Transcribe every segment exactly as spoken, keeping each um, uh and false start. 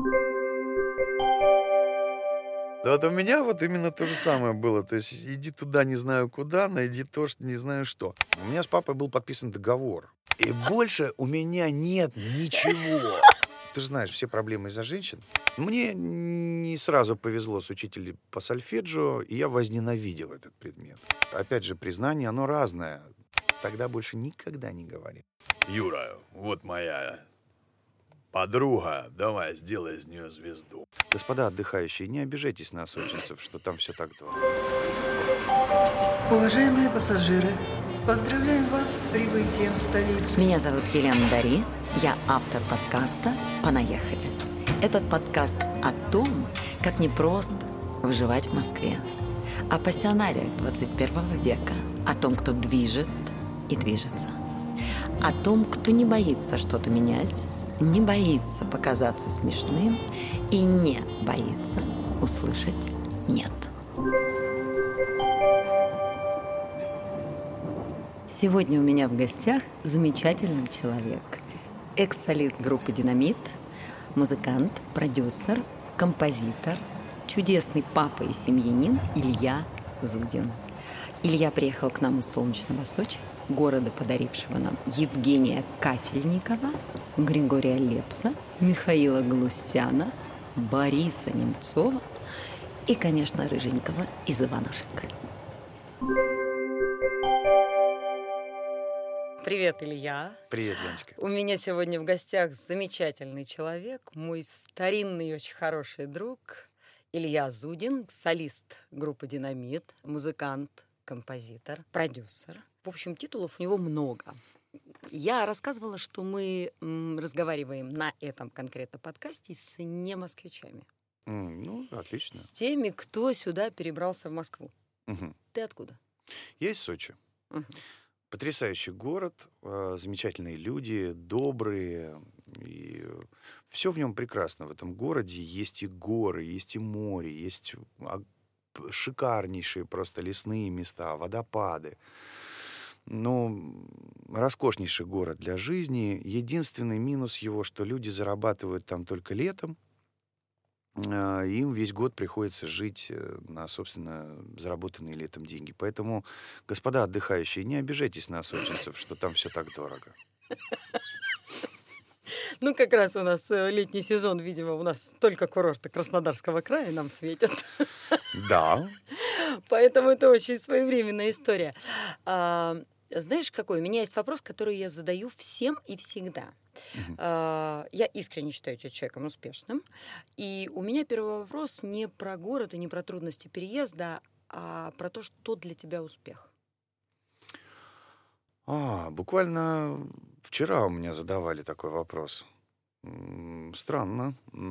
Да вот у меня вот именно то же самое было. То есть иди туда не знаю куда, найди то, что не знаю что. У меня с папой был подписан договор. И больше у меня нет ничего. Ты же знаешь, все проблемы из-за женщин. Мне не сразу повезло с учителем по сольфеджио, и я возненавидел этот предмет. Опять же, признание, оно разное. Тогда больше никогда не говори. Юра, вот моя подруга, давай сделай из нее звезду. Господа отдыхающие, не обижайтесь на осочинцев, что там все так дорого. Уважаемые пассажиры, поздравляем вас с прибытием в столицу. Меня зовут Елена Дари, я автор подкаста «Понаехали». Этот подкаст о том, как непросто выживать в Москве, о пассионариях двадцать первого века, о том, кто движет и движется, о том, кто не боится что-то менять, не боится показаться смешным и не боится услышать «нет». Сегодня у меня в гостях замечательный человек. Экс-солист группы «Динамит», музыкант, продюсер, композитор, чудесный папа и семьянин Илья Зудин. Илья приехал к нам из солнечного Сочи, города, подарившего нам Евгения Кафельникова, Григория Лепса, Михаила Галустяна, Бориса Немцова и, конечно, Рыженького из «Иванушек». Привет, Илья. Привет, Леночка. У меня сегодня в гостях замечательный человек, мой старинный и очень хороший друг Илья Зудин, солист группы «Динамит», музыкант, композитор, продюсер. В общем, титулов у него много. Я рассказывала, что мы м, разговариваем на этом конкретном подкасте с немосквичами. Mm, ну, отлично. С теми, кто сюда перебрался в Москву. Угу. Ты откуда? Я из Сочи. Угу. Потрясающий город, э, замечательные люди, добрые. И все в нем прекрасно. В этом городе есть и горы, есть и море, есть шикарнейшие просто лесные места, водопады. Ну, роскошнейший город для жизни. Единственный минус его, что люди зарабатывают там только летом. Им весь год приходится жить на, собственно, заработанные летом деньги. Поэтому, господа отдыхающие, не обижайтесь на осочинцев, что там все так дорого. Ну, как раз у нас летний сезон, видимо, у нас только курорты Краснодарского края нам светят. Да. Поэтому это очень своевременная история. А, знаешь, какой? У меня есть вопрос, который я задаю всем и всегда. Uh-huh. А, я искренне считаю тебя человеком успешным. И у меня первый вопрос не про город и не про трудности переезда, а про то, что для тебя успех. А, буквально вчера у меня задавали такой вопрос. Странно.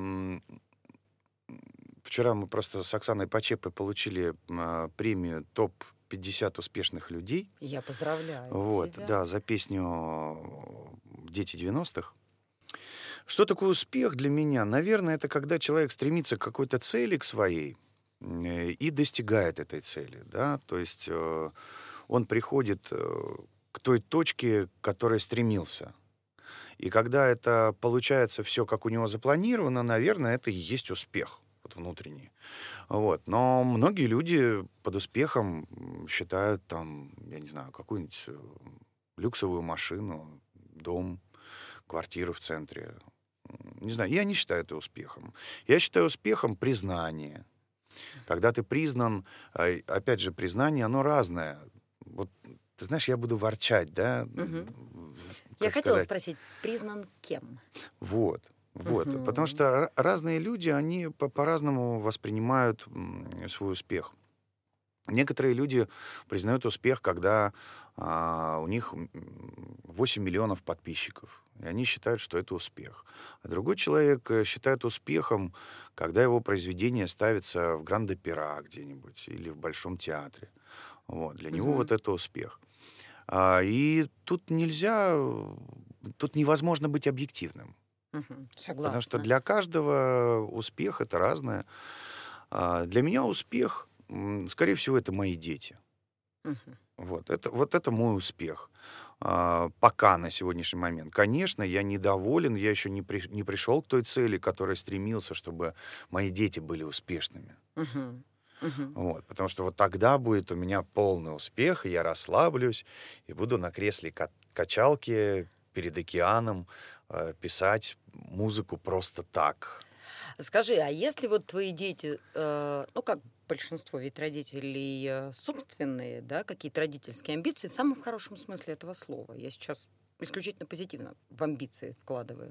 Вчера мы просто с Оксаной Почепой получили а, премию топ пятьдесят успешных людей. Я поздравляю вот, тебя. Да, за песню «Дети девяностых». Что такое успех для меня? Наверное, это когда человек стремится к какой-то цели, к своей, и достигает этой цели. Да? То есть э, он приходит к той точке, к которой стремился. И когда это получается все, как у него запланировано, наверное, это и есть успех. Вот внутренний. Вот. Но многие люди под успехом считают там, я не знаю, какую-нибудь люксовую машину, дом, квартиру в центре. Не знаю, я не считаю это успехом. Я считаю успехом признание. Когда ты признан, опять же, признание, оно разное. Вот, ты знаешь, я буду ворчать, да? Угу. Я хотела сказать? спросить, признан кем? Вот. Вот, uh-huh. Потому что разные люди, они по- по-разному воспринимают свой успех. Некоторые люди признают успех, когда а, у них восемь миллионов подписчиков, и они считают, что это успех. А другой человек считает успехом, когда его произведение ставится в Гранд-Опера где-нибудь или в Большом театре. Вот, для uh-huh. него вот это успех. А, и тут нельзя, тут невозможно быть объективным. Угу, согласна. Потому что для каждого успех это разное. А для меня успех, скорее всего, это мои дети. Угу. Вот, это, вот это мой успех. а, пока на сегодняшний момент. Конечно, я недоволен, я еще не, при, не пришел к той цели, к которой стремился, чтобы мои дети были успешными. Мгм. Мгм. Вот, потому что вот тогда будет у меня полный успех, и я расслаблюсь, и буду на кресле ка- качалки перед океаном э, писать музыку просто так. Скажи, а если вот твои дети, э, ну как большинство ведь родителей э, собственные, да, какие-то родительские амбиции в самом хорошем смысле этого слова. Я сейчас исключительно позитивно в амбиции вкладываю.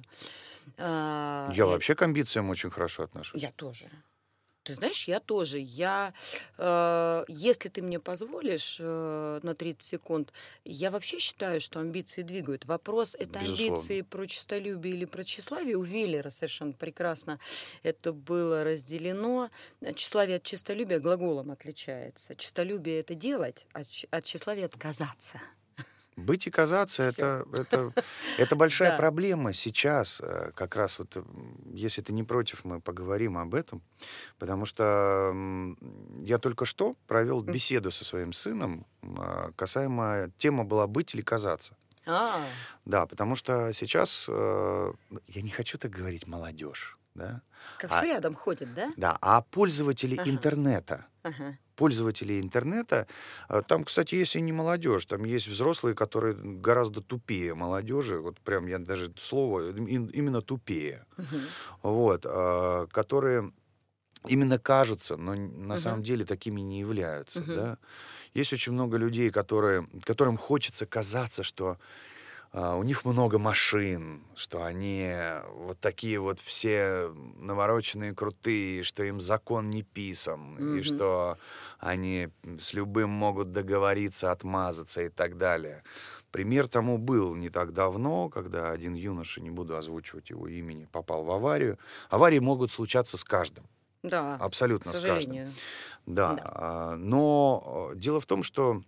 А, Я и- вообще к амбициям очень хорошо отношусь. Я тоже. Ты знаешь, я тоже. Я, э, если ты мне позволишь э, на тридцать секунд, я вообще считаю, что амбиции двигают. Вопрос, это Безусловно. амбиции про честолюбие или про тщеславие. У Виллера совершенно прекрасно это было разделено. Тщеславие от честолюбия глаголом отличается. Честолюбие — это делать, а ч- от тщеславия — отказаться. Быть и казаться Всё. это, это, это большая Да. проблема сейчас. э, Как раз вот, м, если ты не против, мы поговорим об этом. Потому что м, я только что провел М. беседу со своим сыном, м, а, касаемо, тема была «быть или казаться». А, Да, потому что сейчас, э, я не хочу так говорить молодежь, да? как А, все рядом ходит, да? да, а пользователи Ага. интернета. Ага. Пользователи интернета, а, там, кстати, есть и не молодежь, там есть взрослые, которые гораздо тупее молодежи, вот прям я даже слово, им- именно тупее, Мгм. вот, а, которые именно кажутся, но н- на самом Мгм. деле такими не являются, Мгм. да. Есть очень много людей, которые, которым хочется казаться, что а, у них много машин, что они вот такие вот все навороченные, крутые, что им закон не писан, и Мгм. что они с любым могут договориться, отмазаться и так далее. Пример тому был не так давно, когда один юноша, не буду озвучивать его имени, попал в аварию. Аварии могут случаться с каждым, Да, к абсолютно с каждым. сожалению. Да, Да. а, но э, дело в том, что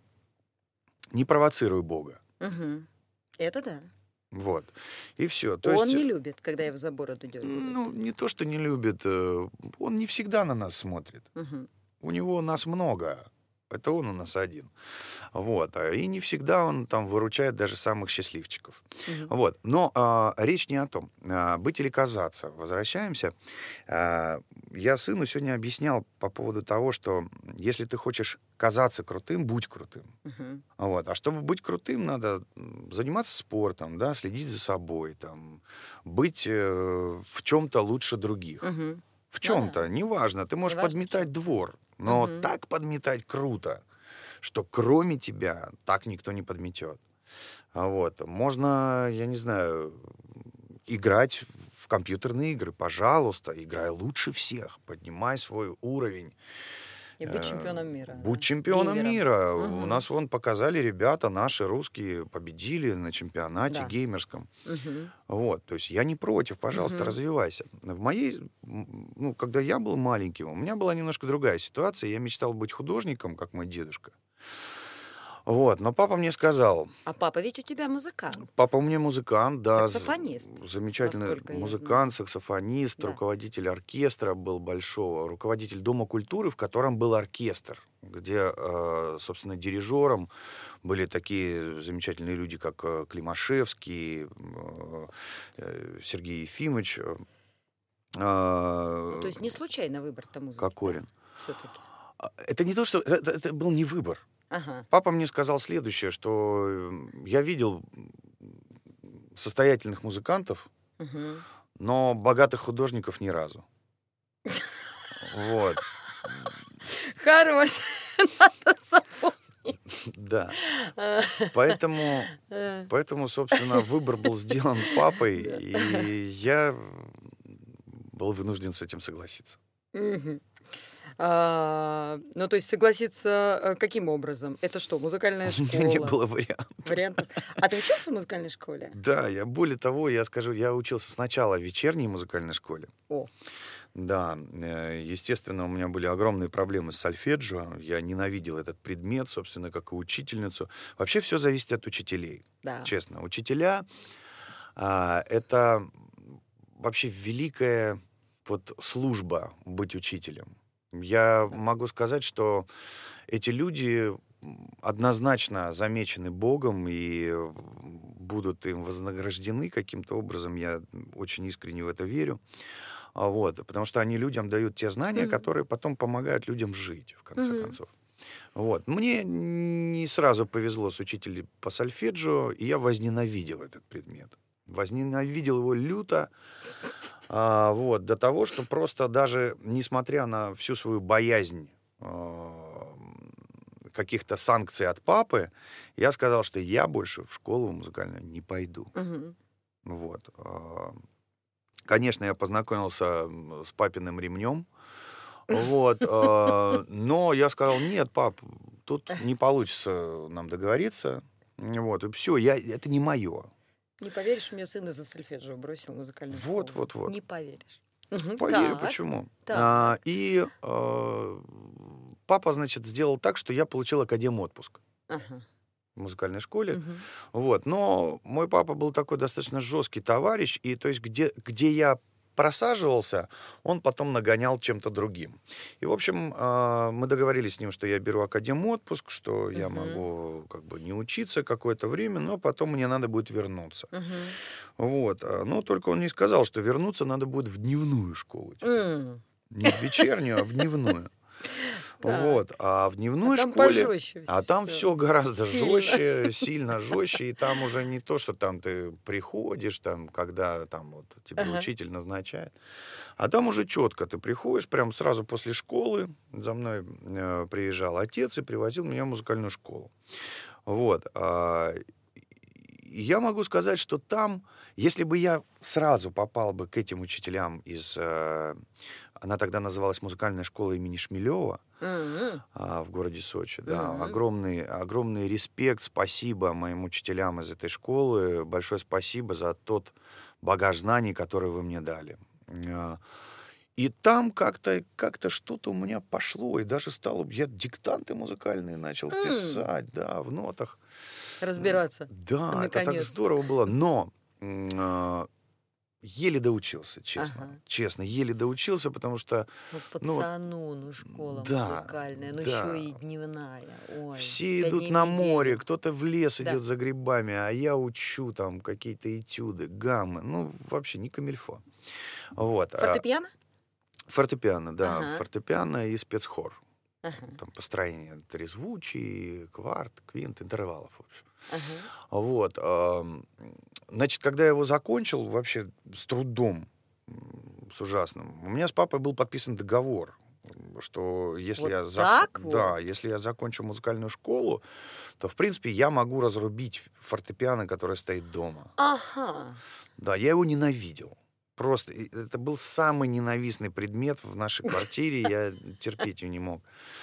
не провоцируй Бога. Мгм. Это да. Вот. И все. То Он есть, не любит, когда его за бороду дергают. ну, не то, что не любит, э, он не всегда на нас смотрит. Мгм. У него нас много, это он у нас один. Вот. а И не всегда он там выручает даже самых счастливчиков. Мгм. Вот. Но а, речь не о том, а, быть или казаться. Возвращаемся. А, я сыну сегодня объяснял по поводу того, что если ты хочешь казаться крутым, будь крутым. Мгм. Вот. А чтобы быть крутым, надо м, заниматься спортом, да, следить за собой, там, быть э, в чем-то лучше других. Мгм. В Ну чем-то, да. неважно. Ты можешь Неважно, подметать чем. двор, но Мгм. так подметать круто, что кроме тебя так никто не подметет. А Вот. Можно, я не знаю, играть в компьютерные игры. Пожалуйста, играй лучше всех, поднимай свой уровень. И быть Э, чемпионом мира. Будь да. чемпионом Геймером. мира. У Мгм. нас вон показали ребята, наши русские, победили на чемпионате Да. геймерском. Мгм. Вот, то есть я не против, пожалуйста, Мгм. развивайся. В моей, м, ну, когда я был маленьким, у меня была немножко другая ситуация. Я мечтал быть художником, как мой дедушка. Вот, но папа мне сказал, А папа ведь у тебя музыкант. папа у меня музыкант, да, з- Саксофонист, замечательный насколько я музыкант, саксофонист, Да. руководитель оркестра был большого, руководитель Дома культуры, в котором был оркестр, где, э, собственно, дирижером были такие замечательные люди, как э, Климашевский, э, э, Сергей Ефимович, э, Ну, то э, есть не случайно выбор-то музыки, Кокорин. все-таки. А, Это не то, что... Это, это был не выбор. Ага. Папа мне сказал следующее, что э, я видел состоятельных музыкантов, Мгм. но богатых художников ни разу. Вот, Хорош. Надо запомнить. да. А, Поэтому, э, поэтому, собственно, выбор был сделан папой, Да. и я был вынужден с этим согласиться. Мгм. А, Ну, то есть согласиться э, каким образом? Это что, музыкальная У меня не школа? было вариантов. Вариантов. А ты учился в музыкальной школе? Да, я более того, я скажу, я учился сначала в вечерней музыкальной школе. О, Да, э, естественно, у меня были огромные проблемы с сольфеджио. Я ненавидел этот предмет, собственно, как и учительницу. Вообще все зависит от учителей. да. Честно, учителя а, это вообще великая вот служба быть учителем. Я Да. могу сказать, что эти люди однозначно замечены Богом и будут им вознаграждены каким-то образом. Я очень искренне в это верю. А Вот, потому что они людям дают те знания, Мгм. которые потом помогают людям жить, в конце Мгм. концов. Вот. Мне не сразу повезло с учителем по сольфеджио, и я возненавидел этот предмет. Возненавидел его люто, а, вот, до того, что просто даже, несмотря на всю свою боязнь а, каких-то санкций от папы, я сказал, что я больше в школу музыкальную не пойду. Мгм. Вот. а. Конечно, я познакомился м, с папиным ремнем, вот, а, но я сказал, нет, пап, тут не получится нам договориться, вот, и все, я, это не мое. Не поверишь, у меня сын из-за сольфеджио бросил музыкальную Вот, школу. вот, вот. Не поверишь. Мгм. Поверю, Так, почему. так. А, и а, папа, значит, сделал так, что я получил академ-отпуск Ага. в музыкальной школе. Мгм. Вот. Но мой папа был такой достаточно жесткий товарищ, и то есть где, где я просаживался, он потом нагонял чем-то другим. И, в общем, а, мы договорились с ним, что я беру академ-отпуск, что я Мгм. могу как бы не учиться какое-то время, но потом мне надо будет вернуться. Мгм. Вот. А, Но только он не сказал, что вернуться надо будет в дневную школу. теперь. М. Не в вечернюю, а в дневную. Так. Вот. А в дневной А там школе... пожестче А там всё. все гораздо Сильно. жестче, сильно жестче, и там уже не то, что там ты приходишь, там, когда там вот тебе Ага. учитель назначает, а там уже четко ты приходишь, прям сразу после школы, за мной э, приезжал отец и привозил меня в музыкальную школу. Вот. а, и я могу сказать, что там, если бы я сразу попал бы к этим учителям из... э, она тогда называлась музыкальная школа имени Шмелева, М. а, в городе Сочи. Да. Мгм. Огромный, огромный респект, спасибо моим учителям из этой школы. Большое спасибо за тот багаж знаний, который вы мне дали. А, И там как-то как что-то у меня пошло, и даже стало... Я диктанты музыкальные начал М. писать, да, в нотах. Разбираться. Да, это так Наконец-то. здорово было. Но м, а, еле доучился, честно. Ага. Честно, еле доучился, потому что Ну, ну, пацану, ну, школа да, музыкальная, ну, да. еще и дневная. Ой, Все пять идут дней в на неделю. море, кто-то в лес Да. идет за грибами, а я учу там какие-то этюды, гаммы. Ну, вообще не камильфо. Вот. а Фортепиано? Фортепиано, да. Ага. Фортепиано и спецхор. Ага. Там построение трезвучий, кварт, квинт, интервалов, в общем. Ага. Вот. ам, Значит, когда я его закончил, вообще с трудом, м, с ужасным, у меня с папой был подписан договор, м, что если Вот я зак- так да, вот? если я закончу музыкальную школу, то, в принципе, я могу разрубить фортепиано, которое стоит дома. Ага. Да, я его ненавидел. Просто и это был самый ненавистный предмет в нашей квартире, я терпеть его не мог.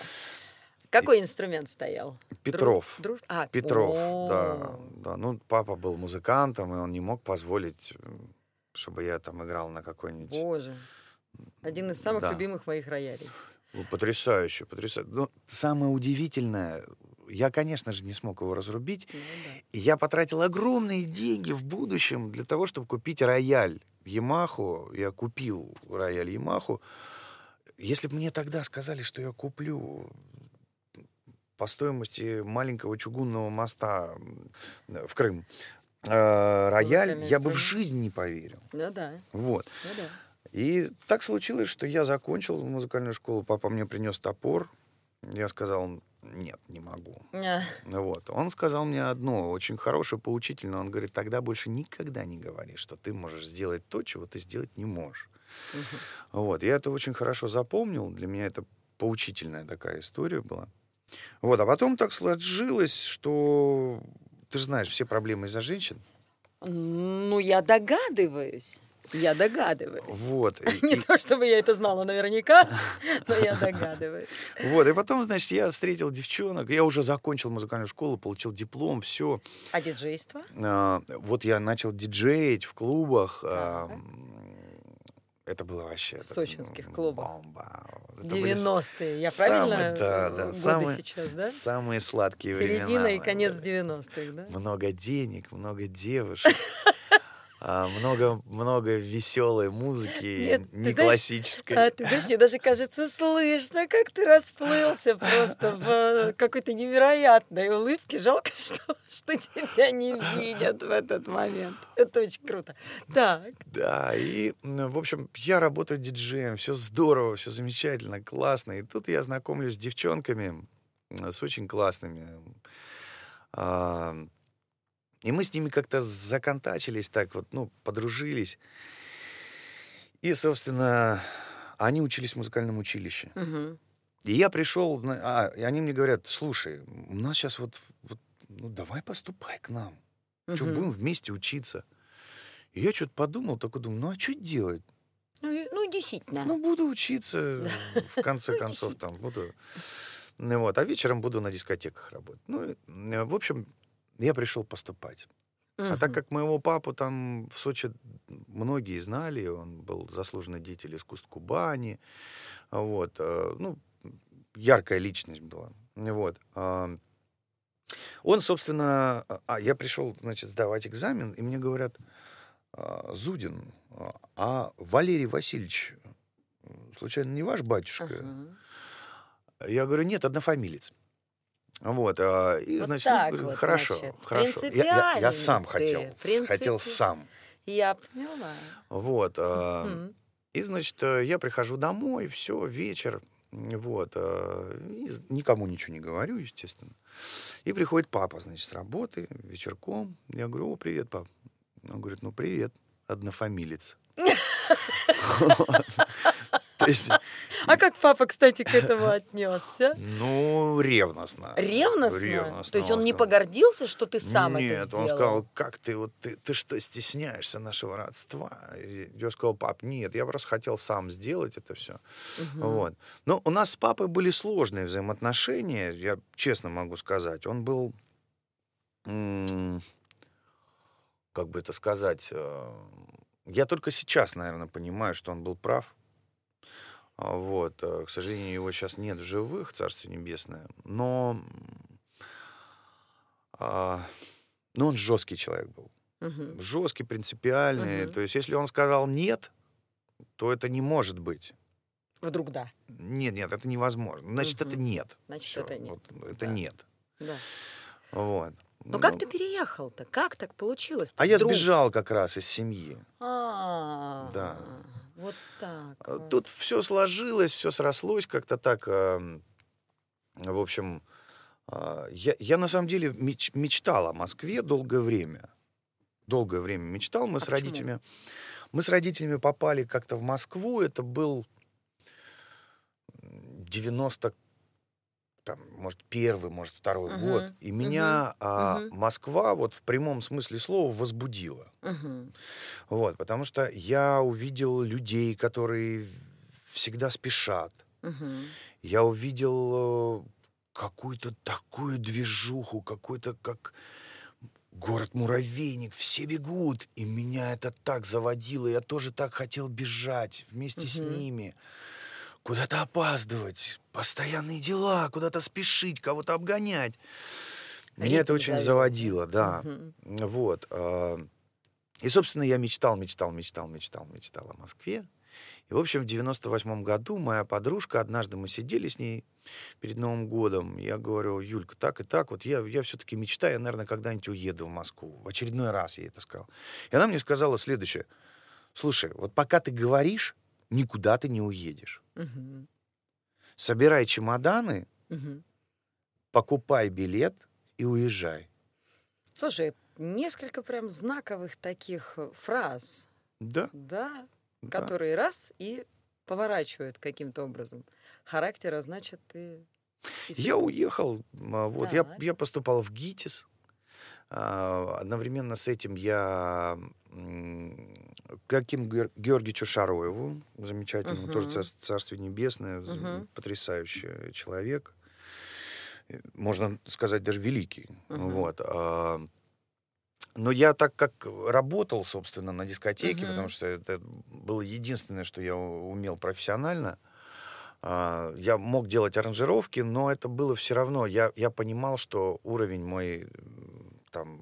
Какой инструмент стоял? Петров. Друж... А, Петров, да, о. да. Ну, папа был музыкантом, и он не мог позволить, м, чтобы я там играл на какой-нибудь... Боже. Один из самых Да. любимых моих роялей. Ну, потрясающе, потрясающе. Но самое удивительное, я, конечно же, не смог его разрубить, Ну да. и я потратил огромные деньги в будущем для того, чтобы купить рояль Ямаху. Я купил рояль Ямаху. Если бы мне тогда сказали, что я куплю по стоимости маленького чугунного моста м, в Крым э, рояль, Музыкальный я бы в инструмент. жизни не поверил. Ну да. Вот. Ну да. И так случилось, что я закончил музыкальную школу, папа мне принес топор, я сказал, нет, не могу. А, Вот. Он сказал мне одно, очень хорошее, поучительное, он говорит, тогда больше никогда не говори, что ты можешь сделать то, чего ты сделать не можешь. мгм. Вот. Я это очень хорошо запомнил, для меня это поучительная такая история была. Вот. А потом так сложилось, что, ты же знаешь, все проблемы из-за женщин. Ну, я догадываюсь. Я догадываюсь. Вот. И- Не и- то, чтобы я это знала наверняка, но я догадываюсь. Вот, и потом, значит, я встретил девчонок, я уже закончил музыкальную школу, получил диплом, все. А диджейство? Вот я начал диджеить в клубах. а, Так. Это было вообще... В сочинских клубах. Бомба. Это были девяностые. Я самые- правильно да, э, да, годы самые- сейчас, да? самые сладкие Середина времена. и конец Да. девяностых, да? Много денег, много девушек. А, много, много веселой музыки, Нет, ты не знаешь, классической. А, ты знаешь, мне даже кажется, слышно, как ты расплылся просто в э, какой-то невероятной улыбке. Жалко, что, что тебя не видят в этот момент. Это очень круто. Так. Да, и, м, в общем, я работаю диджеем, все здорово, все замечательно, классно. И тут я знакомлюсь с девчонками, м, с очень классными. А, И мы с ними как-то законтачились, так вот, ну, подружились. И, собственно, они учились в музыкальном училище. Мгм. И я пришел, на- а, и они мне говорят: слушай, у нас сейчас вот, вот, ну, давай поступай к нам. Что, Мгм. будем вместе учиться. И я что-то подумал, такой думаю, ну, а что делать? Ну, и- ну, действительно. Ну, буду учиться, в конце Ну, концов, там, буду... Ну, вот, а вечером буду на дискотеках работать. Ну, и, э, в общем, я пришел поступать. А так Мгм. как моего папу там в Сочи многие знали, он был заслуженный деятель искусств Кубани, вот, э, ну, яркая личность была, вот. а, Он, собственно, а а я пришел, значит, сдавать экзамен, и мне говорят: а, Зудин, а а Валерий Васильевич, э, случайно не ваш батюшка? Ага. Я говорю: нет, однофамилец. Вот, а, и, Вот значит, ну, так говорю, вот, хорошо, значит, хорошо. Я, я- я сам принципиальный хотел, ты, хотел принципи- сам. Я поняла. Вот, а, Мгм. и, значит, э, я прихожу домой, все, вечер, м, вот, а, и никому ничего не говорю, естественно. И приходит папа, значит, с работы вечерком. Я говорю: о, привет, пап. Он говорит: ну, привет, однофамилец. Вот. То есть, А как папа, кстати, к этому отнесся? ну, ревностно. Ревностно? Ревностно. То есть он не сказал, погордился, что ты сам это Нет, сделал? он сказал: как ты, вот ты, ты что, стесняешься нашего родства? И я сказал: пап, нет, я просто хотел сам сделать это все. Мгм. Вот. Но у нас с папой были сложные взаимоотношения, я честно могу сказать. Он был, м, как бы это сказать, э, я только сейчас, наверное, понимаю, что он был прав. А, Вот, э, к сожалению, его сейчас нет в живых, Царство Небесное. Но, м, а, но он жесткий человек был. Мгм. Жесткий, принципиальный. Мгм. То есть, если он сказал нет, то это не может быть. Вдруг да. Нет, нет, это невозможно. Значит, это Мгм. нет. Значит, Всё, это нет. вот это Да. нет. Да. Вот. Ну Ну, как ты переехал-то? Как так получилось? а я сбежал как раз из семьи. А, Да. вот так. А, вот. Тут все сложилось, все срослось как-то так. ам, В общем, а, я, я на самом деле меч- мечтал о Москве долгое время. Долгое время мечтал. Мы А с почему? родителями, мы с родителями попали как-то в Москву. Это был девяносто, там, может, первый, может, второй год. Мгм, И мгм, меня а, мгм. Москва вот в прямом смысле слова возбудила. Мгм. Вот, потому что я увидел людей, которые всегда спешат. Мгм. Я увидел э, какую-то такую движуху, какой-то как город-муравейник, все бегут. И меня это так заводило. Я тоже так хотел бежать вместе с Мгм. ними. Куда-то опаздывать, постоянные дела, куда-то спешить, кого-то обгонять. Меня это Ритм очень зовёт, да? заводило, да. Мгм. Вот. а, И, собственно, я мечтал, мечтал, мечтал, мечтал, мечтал о Москве. И, в общем, в девяносто восьмом году моя подружка, однажды мы сидели с ней перед Новым годом, я говорю: Юлька, так и так, вот я, я все-таки мечтаю, я, наверное, когда-нибудь уеду в Москву. В очередной раз я ей это сказал. И она мне сказала следующее: слушай, вот пока ты говоришь, никуда ты не уедешь. Мгм. Собирай чемоданы, Мгм. покупай билет и уезжай. Слушай, несколько прям знаковых таких э, фраз, Да, да, да. которые раз и поворачивают каким-то образом характера, значит, и, и Я судьбу. уехал, а, вот, я, Так. я поступал в ГИТИС. А, Одновременно с этим я м, к Акиму Геор- Георгиевичу Шароеву, замечательному, тоже Мгм. цар- Царствие Небесное, з- Мгм. потрясающий человек, э, можно сказать, даже великий. Мгм. Вот. а, Но я так как работал, собственно, на дискотеке, Мгм. потому что это было единственное, что я у- умел профессионально, а, я мог делать аранжировки, но это было все равно. Я, я понимал, что уровень мой м, там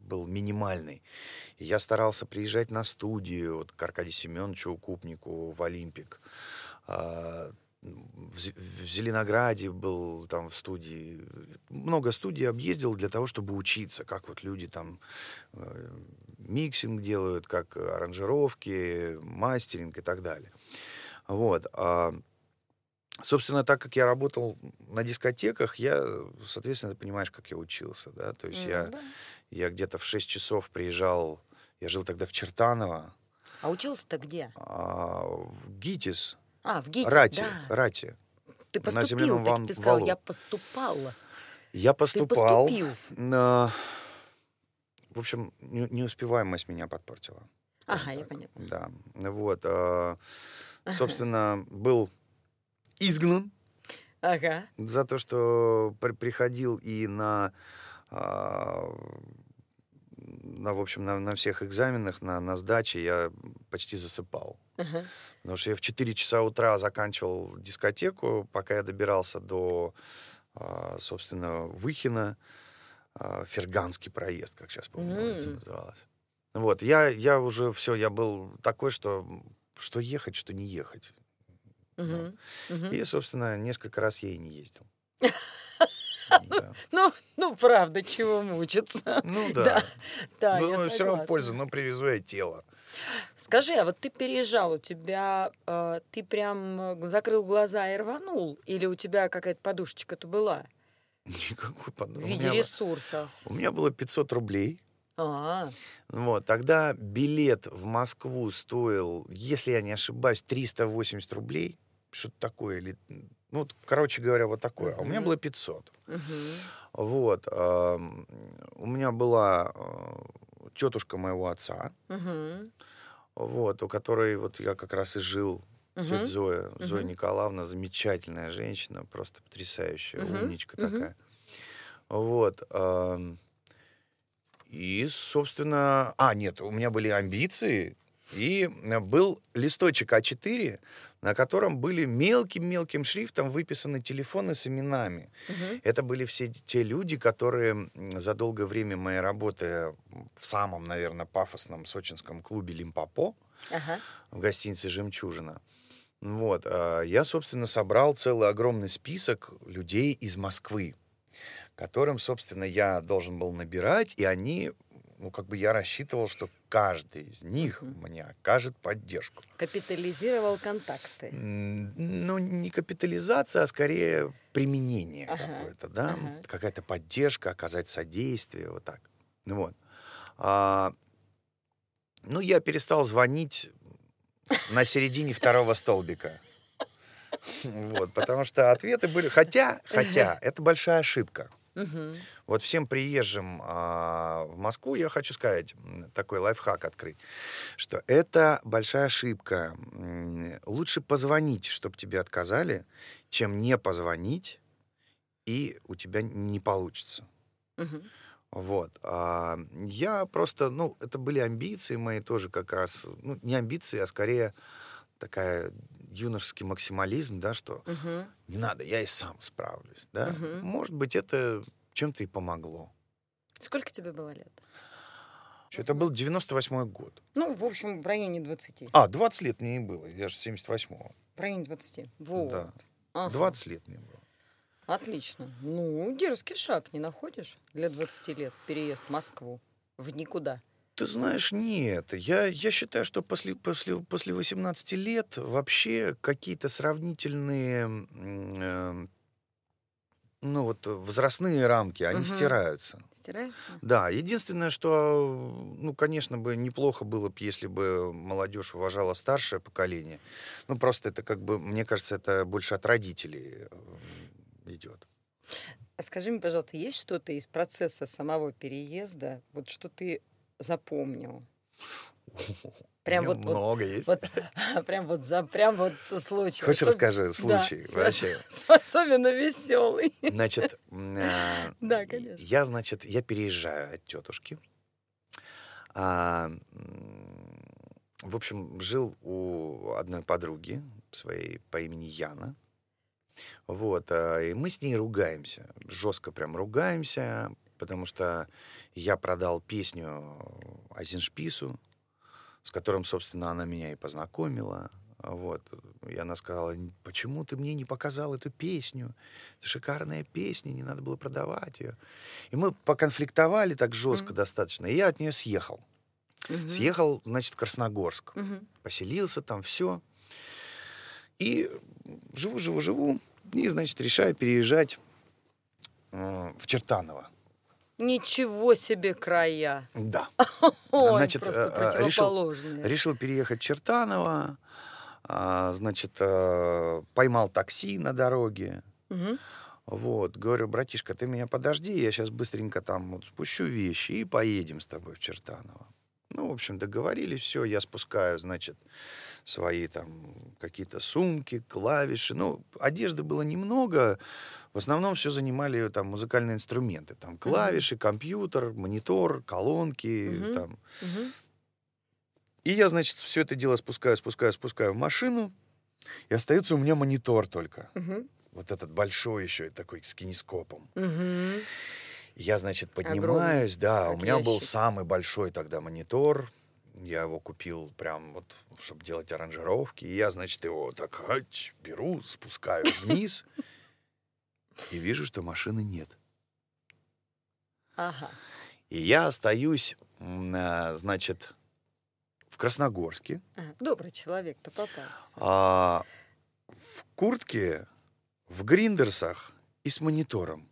был минимальный. И я старался приезжать на студию вот, к Аркадию Семеновичу Укупнику в «Олимпик». А, в, Зе- в Зеленограде был там в студии. Много студий объездил для того, чтобы учиться, как вот люди там э, миксинг делают, как аранжировки, мастеринг и так далее. Вот. А, собственно, так как я работал на дискотеках, я, соответственно, ты понимаешь, как я учился, да, то есть Ну я, да. я где-то в шесть часов приезжал, я жил тогда в Чертаново, А учился-то где? а, в ГИТИС, А, в ГИТИС, Рати, да. Рати, Ты на поступил, земляном так ван- ты сказал, валу. я поступала. Я Ты поступал, поступил. на- в общем, не- неуспеваемость меня подпортила. Ага, скажем я так. понятно. Да, вот, а, собственно, был изгнан Ага. за то, что при- приходил и на, а, на в общем, на, на всех экзаменах, на, на сдаче я почти засыпал. Ага. Потому что я в четыре часа утра заканчивал дискотеку, пока я добирался до, а, собственно, Выхина, а, Ферганский проезд, как сейчас, по-моему, улица М. называлась. Вот, я, я уже все, я был такой, что что ехать, что не ехать. Мгм. Мгм. И, собственно, несколько раз я и не ездил. Да. Ну, ну, правда, чего мучиться. Ну Да, да. да, Ну, я все равно согласна. польза, но привезу я тело. Скажи, а вот ты переезжал, у тебя, э, ты прям э, закрыл глаза и рванул? Или у тебя какая-то подушечка-то была Никакой в подобного. У виде меня, ресурсов? у меня было пятьсот рублей. А, Вот, тогда билет в Москву стоил, если я не ошибаюсь, триста восемьдесят рублей. Что-то такое. Или, ну, вот, короче говоря, вот такое. А у меня Мгм. было пятьсот. мгм. Вот. ам, У меня была э, тетушка моего отца, Мгм. вот, у которой вот я как раз и жил. Тетя Мгм. Зоя, Зоя Мгм. Николаевна, замечательная женщина, просто потрясающая, Мгм. умничка Мгм. такая. Вот. ам, И, собственно... А, нет, у меня были амбиции, и э, был листочек а четыре, на котором были мелким-мелким шрифтом выписаны телефоны с именами. Мгм. Это были все те люди, которые м, за долгое время моей работы в самом, наверное, пафосном сочинском клубе «Лимпопо» Ага. в гостинице «Жемчужина». Вот. а, Я, собственно, собрал целый огромный список людей из Москвы, которым, собственно, я должен был набирать, и они, ну, как бы я рассчитывал, что каждый из них Мгм. мне окажет поддержку. Капитализировал контакты. М, Ну, не капитализация, а скорее применение Ага, какое-то, да, ага. какая-то поддержка, оказать содействие, вот так. Ну вот. А, ну, я перестал звонить на середине второго столбика. Вот, потому что ответы были... Хотя, хотя, это большая ошибка. Мгм. Вот всем приезжим а, в Москву я хочу сказать, м, такой лайфхак открыть, что это большая ошибка. М, Лучше позвонить, чтобы тебе отказали, чем не позвонить, и у тебя не получится. Мгм. Вот. А, я просто, ну, это были амбиции мои тоже как раз, ну, не амбиции, а скорее такая юношеский максимализм, да, что Мгм. не надо, я и сам справлюсь, да. Мгм. Может быть, это чем-то и помогло. Сколько тебе было лет? Чё, Это был девяносто восьмой год. Ну, в общем, в районе двадцати. А, двадцать лет мне и было, я же семьдесят восьмого. В районе двадцати. Вот. Да. Ага. двадцать лет мне было. Отлично. Ну, дерзкий шаг, не находишь? Для двадцати лет переезд в Москву. В никуда. Ты знаешь, нет. Я, я считаю, что после, после, после восемнадцати лет вообще какие-то сравнительные, м, э, ну вот, возрастные рамки, они Мгм. стираются. Стирается? Да, единственное, что, ну, конечно бы неплохо было бы, если бы молодежь уважала старшее поколение. Ну, просто это как бы, мне кажется, это больше от родителей э, идет. А скажи мне, пожалуйста, есть что-то из процесса самого переезда, вот что ты запомнил? Прям У меня вот, вот, много есть. вот, прям вот, за, прям вот случай. Хочешь, Особ- расскажу Да, случай с- вообще? с- особенно веселый. Значит, м, а, Да, и- конечно. я, значит, я переезжаю от тетушки. А, м, в общем, жил у одной подруги своей по имени Яна. Вот, а, и мы с ней ругаемся, жестко прям ругаемся потому что я продал песню Азиншпису, с которым, собственно, она меня и познакомила. Вот. И она сказала: почему ты мне не показал эту песню? Это шикарная песня, не надо было продавать ее. И мы поконфликтовали так жестко mm-hmm. достаточно, и я от нее съехал. Mm-hmm. Съехал, значит, в Красногорск. Mm-hmm. Поселился там, все. И живу, живу, живу. И, значит, решаю переезжать э, в Чертаново. Ничего себе края. Да. Ой, значит, просто э, решил, противоположные. решил переехать в Чертаново. А, значит, э, поймал такси на дороге. Угу. Вот. Говорю: братишка, ты меня подожди, я сейчас быстренько там вот спущу вещи и поедем с тобой в Чертаново. Ну, в общем, договорились, все, я спускаю, значит, свои там какие-то сумки, клавиши. Ну, одежды было немного, в основном все занимали там музыкальные инструменты. Там клавиши, uh-huh. компьютер, монитор, колонки, uh-huh. там. Uh-huh. И я, значит, все это дело спускаю, спускаю, спускаю в машину, и остается у меня монитор только. Uh-huh. Вот этот большой еще, такой с кинескопом. Uh-huh. Я, значит, поднимаюсь, огромный, да, у меня ящик. Был самый большой тогда монитор. Я его купил прям вот, чтобы делать аранжировки. И я, значит, его так хать, беру, спускаю вниз и вижу, что машины нет. Ага. И я остаюсь, значит, в Красногорске. Ага. Добрый человек-то попался. А, в куртке, в гриндерсах и с монитором.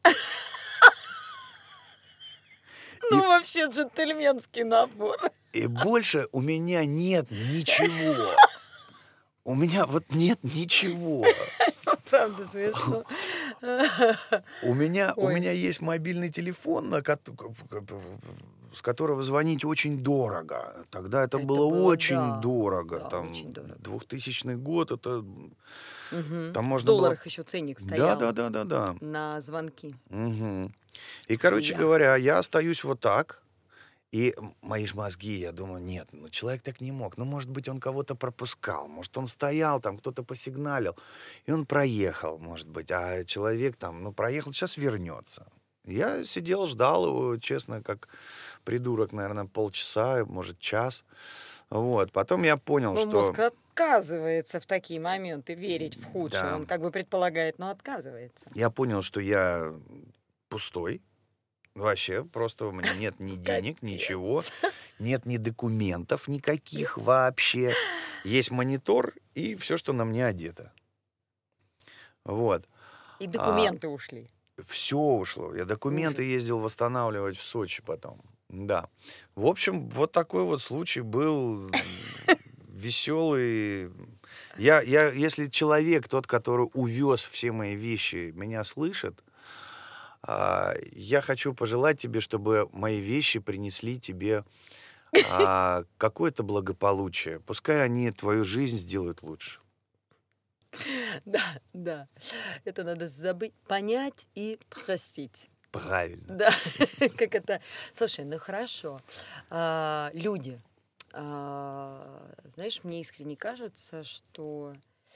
Ну, и... вообще джентльменский набор. И больше у меня нет ничего. У меня вот нет ничего. Правда смешно. У меня, у меня есть мобильный телефон, на ко- с которого звонить очень дорого. Тогда это, это было, было очень да, дорого. Да, там очень дорого. двухтысячный год, это... Угу. Там можно в долларах было... еще ценник стоял. Да, да, да, да, да. На звонки. Угу. И, короче я. говоря, я остаюсь вот так. И мои ж мозги, я думаю, нет, ну человек так не мог. Ну, может быть, он кого-то пропускал. Может, он стоял, там кто-то посигналил, и он проехал, может быть. А человек там, ну, проехал, сейчас вернется. Я сидел, ждал его, честно, как придурок, наверное, полчаса, может, час. Вот. Потом я понял, ну, что... Мозг отказывается в такие моменты верить в худшее. Да. Он как бы предполагает, но отказывается. Я понял, что я пустой. Вообще, просто у меня нет ни денег, ничего, нет ни документов никаких вообще. Есть монитор и все, что на мне одето. Вот. И документы а, ушли. Все ушло. Я документы Ужас. ездил восстанавливать в Сочи потом. Да. В общем, вот такой вот случай был веселый. Я, я, если человек, тот, который увез все мои вещи, меня слышит, я хочу пожелать тебе, чтобы мои вещи принесли тебе а, какое-то благополучие. Пускай они твою жизнь сделают лучше. Да, да. Это надо забыть, понять и простить. Правильно. Да, как это... Слушай, ну хорошо. А, люди. А, знаешь, мне искренне кажется, что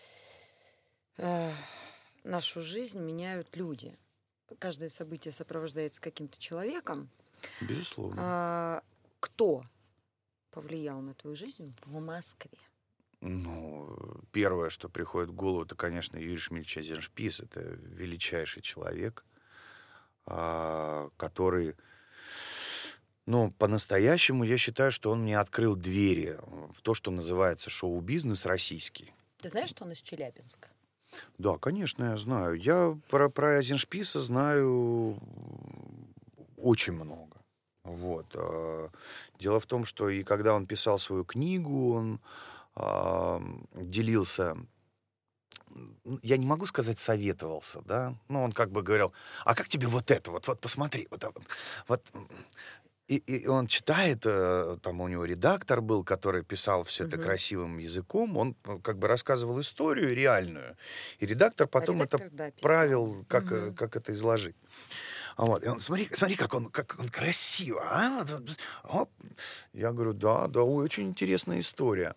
а, нашу жизнь меняют люди. Каждое событие сопровождается каким-то человеком. Безусловно. А, кто повлиял на твою жизнь в Москве? Ну, первое, что приходит в голову, это, конечно, Юрий Шмильевич Азиншпис. Это величайший человек, а, который, ну, по-настоящему, я считаю, что он мне открыл двери в то, что называется шоу-бизнес российский. Ты знаешь, что он из Челябинска? Да, конечно, я знаю. Я про, про Азиншписа знаю очень много. Вот. Дело в том, что и когда он писал свою книгу, он э, делился, я не могу сказать, советовался, да, но он как бы говорил, а как тебе вот это, вот, вот посмотри, вот, вот, вот. И, и он читает, там у него редактор был, который писал все это uh-huh. красивым языком, он как бы рассказывал историю реальную, и редактор потом а редактор, это да, правил, как, uh-huh. как это изложить. Вот. И он, смотри, смотри, как он, как он красиво, а? Оп. Я говорю, да, да, очень интересная история.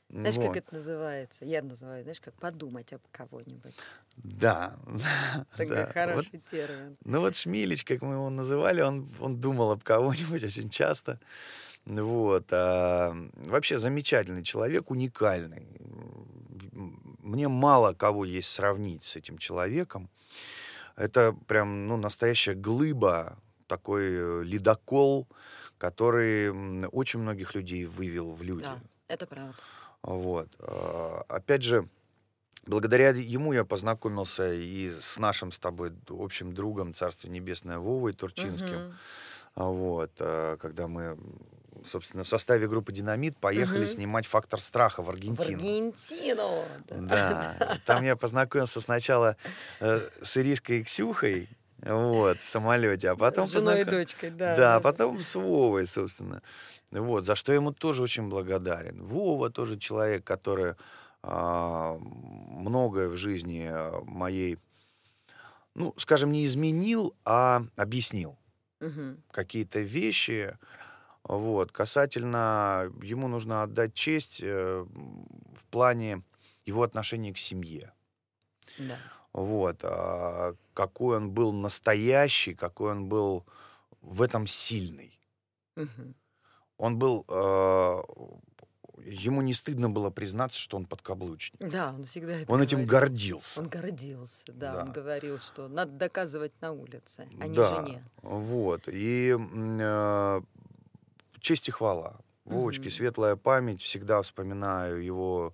Знаешь, Вот. как это называется? Я называю, знаешь, как подумать об кого-нибудь. Да. Такой да. Вот. хороший термин. Ну вот Шмилич, как мы его называли, он, он думал об кого-нибудь очень часто. Вот. А, вообще замечательный человек, уникальный. Мне мало кого есть сравнить с этим человеком. Это прям, ну, настоящая глыба, такой э, ледокол, который м, очень многих людей вывел в люди. Да, это правда. Вот. А, Опять же, благодаря ему я познакомился и с нашим с тобой общим другом, Царство Небесное, Вовой Турчинским. Мгм. А Вот. а, Когда мы, собственно, в составе группы «Динамит» поехали Мгм. снимать «Фактор страха» в В Аргентину. Аргентину. Да. Да, там я познакомился сначала э, с Иришкой и Ксюхой, вот, в самолете, а потом С женой и познако- дочкой, да. да, а да, да. потом с Вовой, собственно. Вот, за что я ему тоже очень благодарен. Вова тоже человек, который а, многое в жизни а, моей, ну, скажем, не изменил, а объяснил Мгм. какие-то вещи. Вот, касательно, ему нужно отдать честь э, в плане его отношения к семье. Да. Вот, а, какой он был настоящий, какой он был в этом сильный. Мгм. Он был, э, ему не стыдно было признаться, что он подкаблучник. Да, он всегда это Он этим говорил. гордился. Он гордился, да, Да. Он говорил, что надо доказывать на улице, а не Да, жене. вот. И м, э, честь и хвала. Вовочке Мгм. светлая память. Всегда вспоминаю его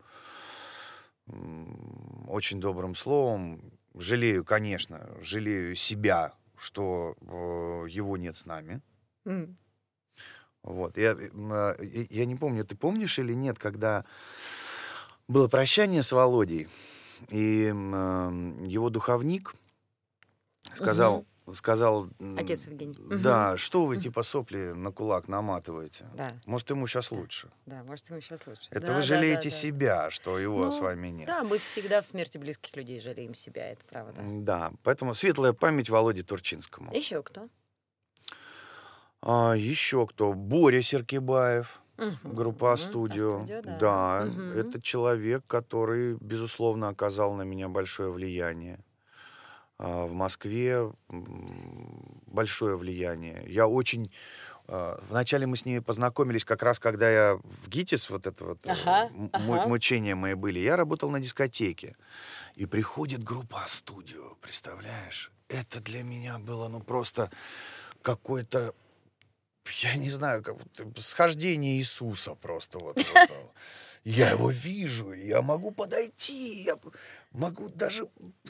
м, очень добрым словом. Жалею, конечно, жалею себя, что э, его нет с нами. М. Вот. Я, м, а, я, я не помню, ты помнишь или нет, когда было прощание с Володей, и м, а, его духовник сказал, сказал, м, Отец Евгений. Мгм. да, что вы типа сопли на кулак наматываете? Да, Может, ему сейчас лучше. да, может, ему сейчас лучше. Это Да, вы да, жалеете да, да. себя, что его Ну, с вами нет. Да, мы всегда в смерти близких людей жалеем себя, это правда. М, Да, поэтому светлая память Володе Турчинскому. Еще кто? А, еще кто? Боря Серкибаев. Мгм. Группа Мгм. «Астудио». «Астудио», да. Да, Мгм. это человек, который, безусловно, оказал на меня большое влияние. А, В Москве м, большое влияние. Я очень... а, Вначале мы с ней познакомились как раз, когда я в ГИТИС, вот это вот э, Ага, м- ага. мучения мои были. Я работал на дискотеке. И приходит группа «Астудио», представляешь? Это для меня было, ну, просто какой-то... Я не знаю, как вот схождение Иисуса просто вот. вот, вот. Я его вижу, я могу подойти, я могу даже...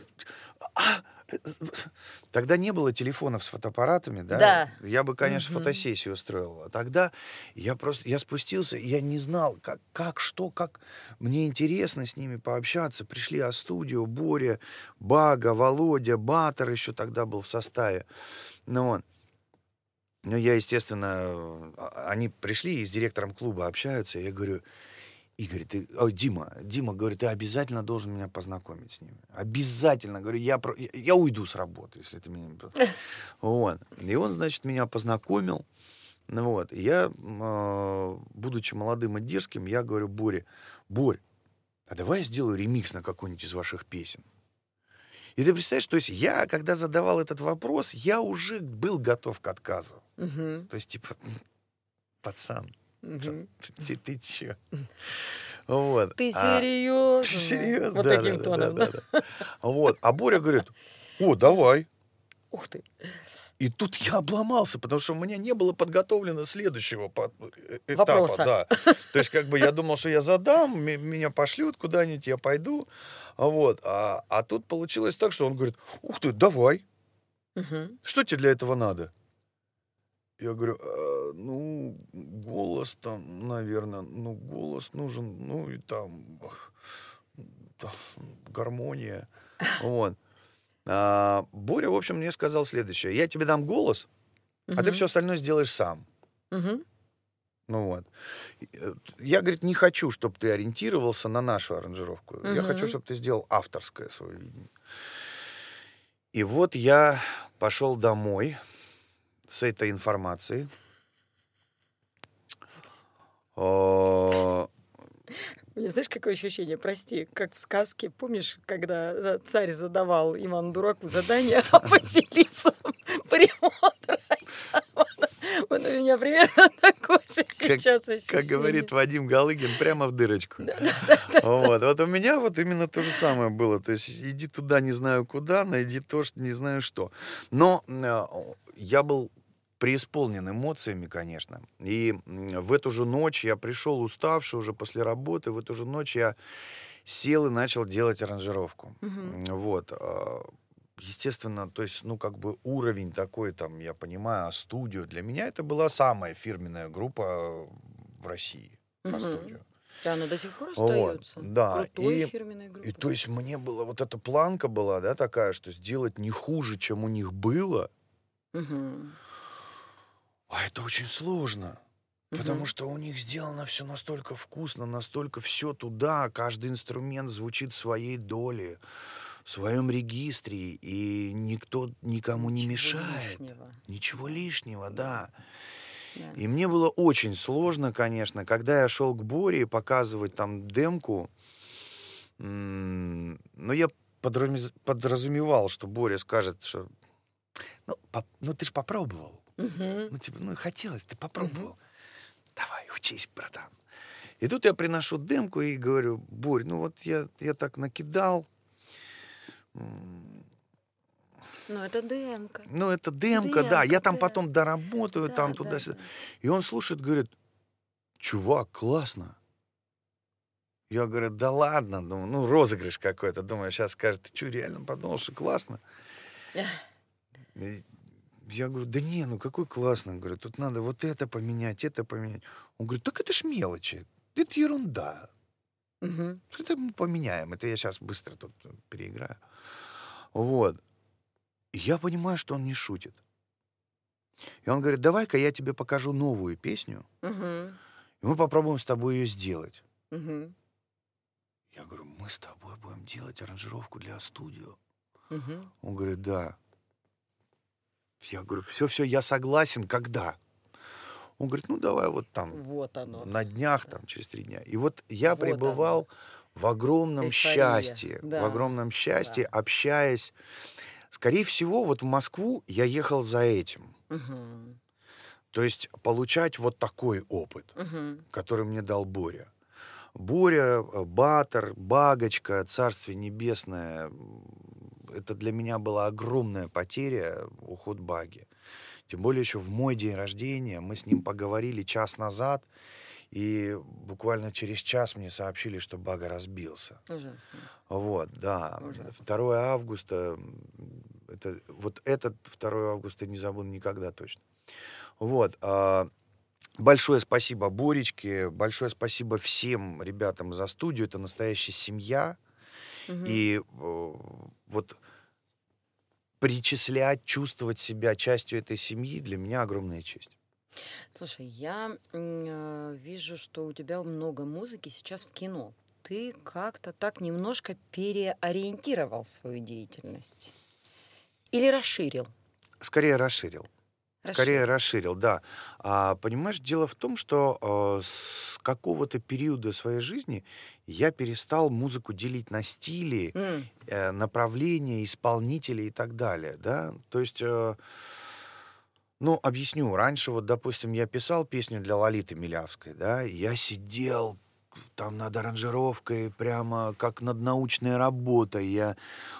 А! Тогда не было телефонов с фотоаппаратами, да? Да. Я бы, конечно, Мгм. фотосессию устроил. А тогда я просто, я спустился, я не знал, как, как, что, как. Мне интересно с ними пообщаться. Пришли А-студио, Боря, Бага, Володя, Батор еще тогда был в составе. Ну вот. Ну, я, естественно, а- они пришли и с директором клуба общаются. Я говорю, Игорь, ты... Ой, Дима, Дима, говорит, ты обязательно должен меня познакомить с ними. Обязательно. Говорю, я, про- я, я уйду с работы, если ты меня... не по- Вот. И он, значит, меня познакомил. Ну вот. И я, э, будучи молодым и дерзким, я говорю Боре, Борь, а давай я сделаю ремикс на какой-нибудь из ваших песен. И ты представляешь, то есть я, когда задавал этот вопрос, я уже был готов к отказу. Мгм. То есть, типа, пацан, Мгм. ты, ты чё? Вот. Ты А- серьезно? Серьезно? Вот Да, таким да, тоном, да, да? да, да. Вот. А Боря говорит, о, давай. Ух ты. И тут я обломался, потому что у меня не было подготовлено следующего по- э- этапа. Вопроса. Да. То есть, как бы я думал, что я задам, м- меня пошлют куда-нибудь, я пойду. Вот. А, а тут получилось так, что он говорит, ух ты, давай. Мгм. Что тебе для этого надо? Я говорю, «А, ну, голос там, наверное, ну, голос нужен, ну, и там, ах, там, гармония. Вот. А, Боря, в общем, мне сказал следующее. Я тебе дам голос, а ты Мгм. все остальное сделаешь сам. Мгм. Ну вот. И, э, Я, говорит, не хочу, чтобы ты ориентировался на нашу аранжировку. Я Мгм. хочу, чтобы ты сделал авторское свое видение. И вот я пошел домой с этой информацией. О, У меня, знаешь, какое ощущение? Прости, как в сказке. Помнишь, когда царь задавал Ивану Дураку задание, а Василиса прямота? Вот у меня примерно такое же сейчас ощущение. Как говорит Вадим Галыгин, прямо в дырочку. Вот. Вот у меня вот именно то же самое было. То есть иди туда, не знаю куда, найди то, что не знаю что. Но э, я был преисполнен эмоциями, конечно. И в эту же ночь я пришел уставший уже после работы. В эту же ночь я сел и начал делать аранжировку. Мгм. Вот. э, Естественно, то есть, ну, как бы уровень такой, там, я понимаю, студию. Для меня это была самая фирменная группа в России по Мгм. студию. Да, она до сих пор Вот, остается. да. Крутой И, фирменной группой. и то есть мне было, вот эта планка была, да, такая, что сделать не хуже, чем у них было, Мгм. а это очень сложно. Потому Мгм. что у них сделано все настолько вкусно, настолько все туда, каждый инструмент звучит в своей доле, в своем регистре, и никто никому не Ничего мешает. лишнего. Ничего лишнего, да. Да. И мне было очень сложно, конечно, когда я шел к Боре показывать там демку, м, но я подраз- подразумевал, что Боря скажет, что ну, поп- ну ты же попробовал. Мгм. Ну, типа, ну, хотелось, ты попробовал. Давай, учись, братан. И тут я приношу демку и говорю: Борь, ну вот я, я так накидал. М, Ну, это демка. Ну, это демка, да. Я Демка, там да. потом доработаю, Да, там да, туда-сюда. да. И он слушает, говорит: чувак, классно. Я говорю: да ладно, думаю, ну, розыгрыш какой-то. Думаю, сейчас скажет: ты что, реально подумал, что классно? И я говорю: да не, ну какой классно. Говорю, тут надо вот это поменять, это поменять. Он говорит: так это ж мелочи, это ерунда. Мгм. Это мы поменяем. Это я сейчас быстро тут переиграю. Вот. И я понимаю, что он не шутит. И он говорит: давай-ка я тебе покажу новую песню, Мгм. и мы попробуем с тобой ее сделать. Мгм. Я говорю: мы с тобой будем делать аранжировку для студио. Мгм. Он говорит: да. Я говорю: все-все, я согласен, когда? Он говорит: ну, давай вот там, Вот оно. на днях, там, через три дня. И вот я Вот пребывал в огромном Эйфория. счастье, в Да. огромном счастье, Да. общаясь. Скорее всего, вот в Москву я ехал за этим. Мгм. То есть получать вот такой опыт, Мгм. который мне дал Боря. Боря, э, Батор, Багочка, Царствие Небесное. м, Это для меня была огромная потеря, уход Баги. Тем более еще в мой день рождения мы с ним поговорили час назад, и буквально через час мне сообщили, что Бага разбился. Ужасно. Вот, да. Ужасно. второе августа, м, это, вот этот второе августа не забуду никогда точно. Вот. а, Большое спасибо Боречке, большое спасибо всем ребятам за студию. Это настоящая семья. Мгм. И э, вот причислять, чувствовать себя частью этой семьи для меня огромная честь. Слушай, я м, э, вижу, что у тебя много музыки сейчас в кино. Ты как-то так немножко переориентировал свою деятельность. Или расширил? Скорее расширил. Скорее расширил, да. А, понимаешь, дело в том, что э, с какого-то периода своей жизни я перестал музыку делить на стили, М, э, направления, исполнителей и так далее, да. То есть, э, ну, объясню. Раньше, вот, допустим, я писал песню для Лолиты Милявской, да, и я сидел там над аранжировкой прямо как над научной работой. Я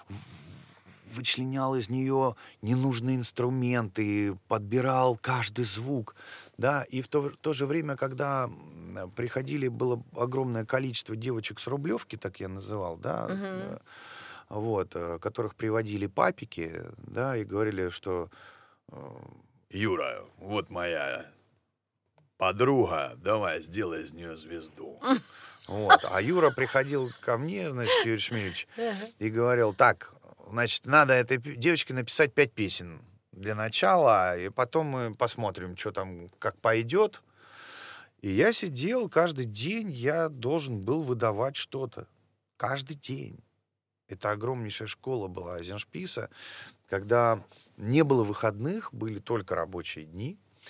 в- вычленял из нее ненужные инструменты, подбирал каждый звук, да, и в то, в то же время, когда м, приходили, было огромное количество девочек с Рублевки, так я называл, да, Мгм. э, вот, э, которых приводили папики, да, и говорили, что э, Юра, вот моя подруга, давай сделай из нее звезду. вот. А Юра приходил ко мне, значит, Юрий Шмельевич, Ага. и говорил: так, значит, надо этой пе- девочке написать пять песен для начала, и потом мы посмотрим, что там, как пойдет. И я сидел каждый день, я должен был выдавать что-то. Каждый день. Это огромнейшая школа была Эйзеншписа, когда не было выходных, были только рабочие дни.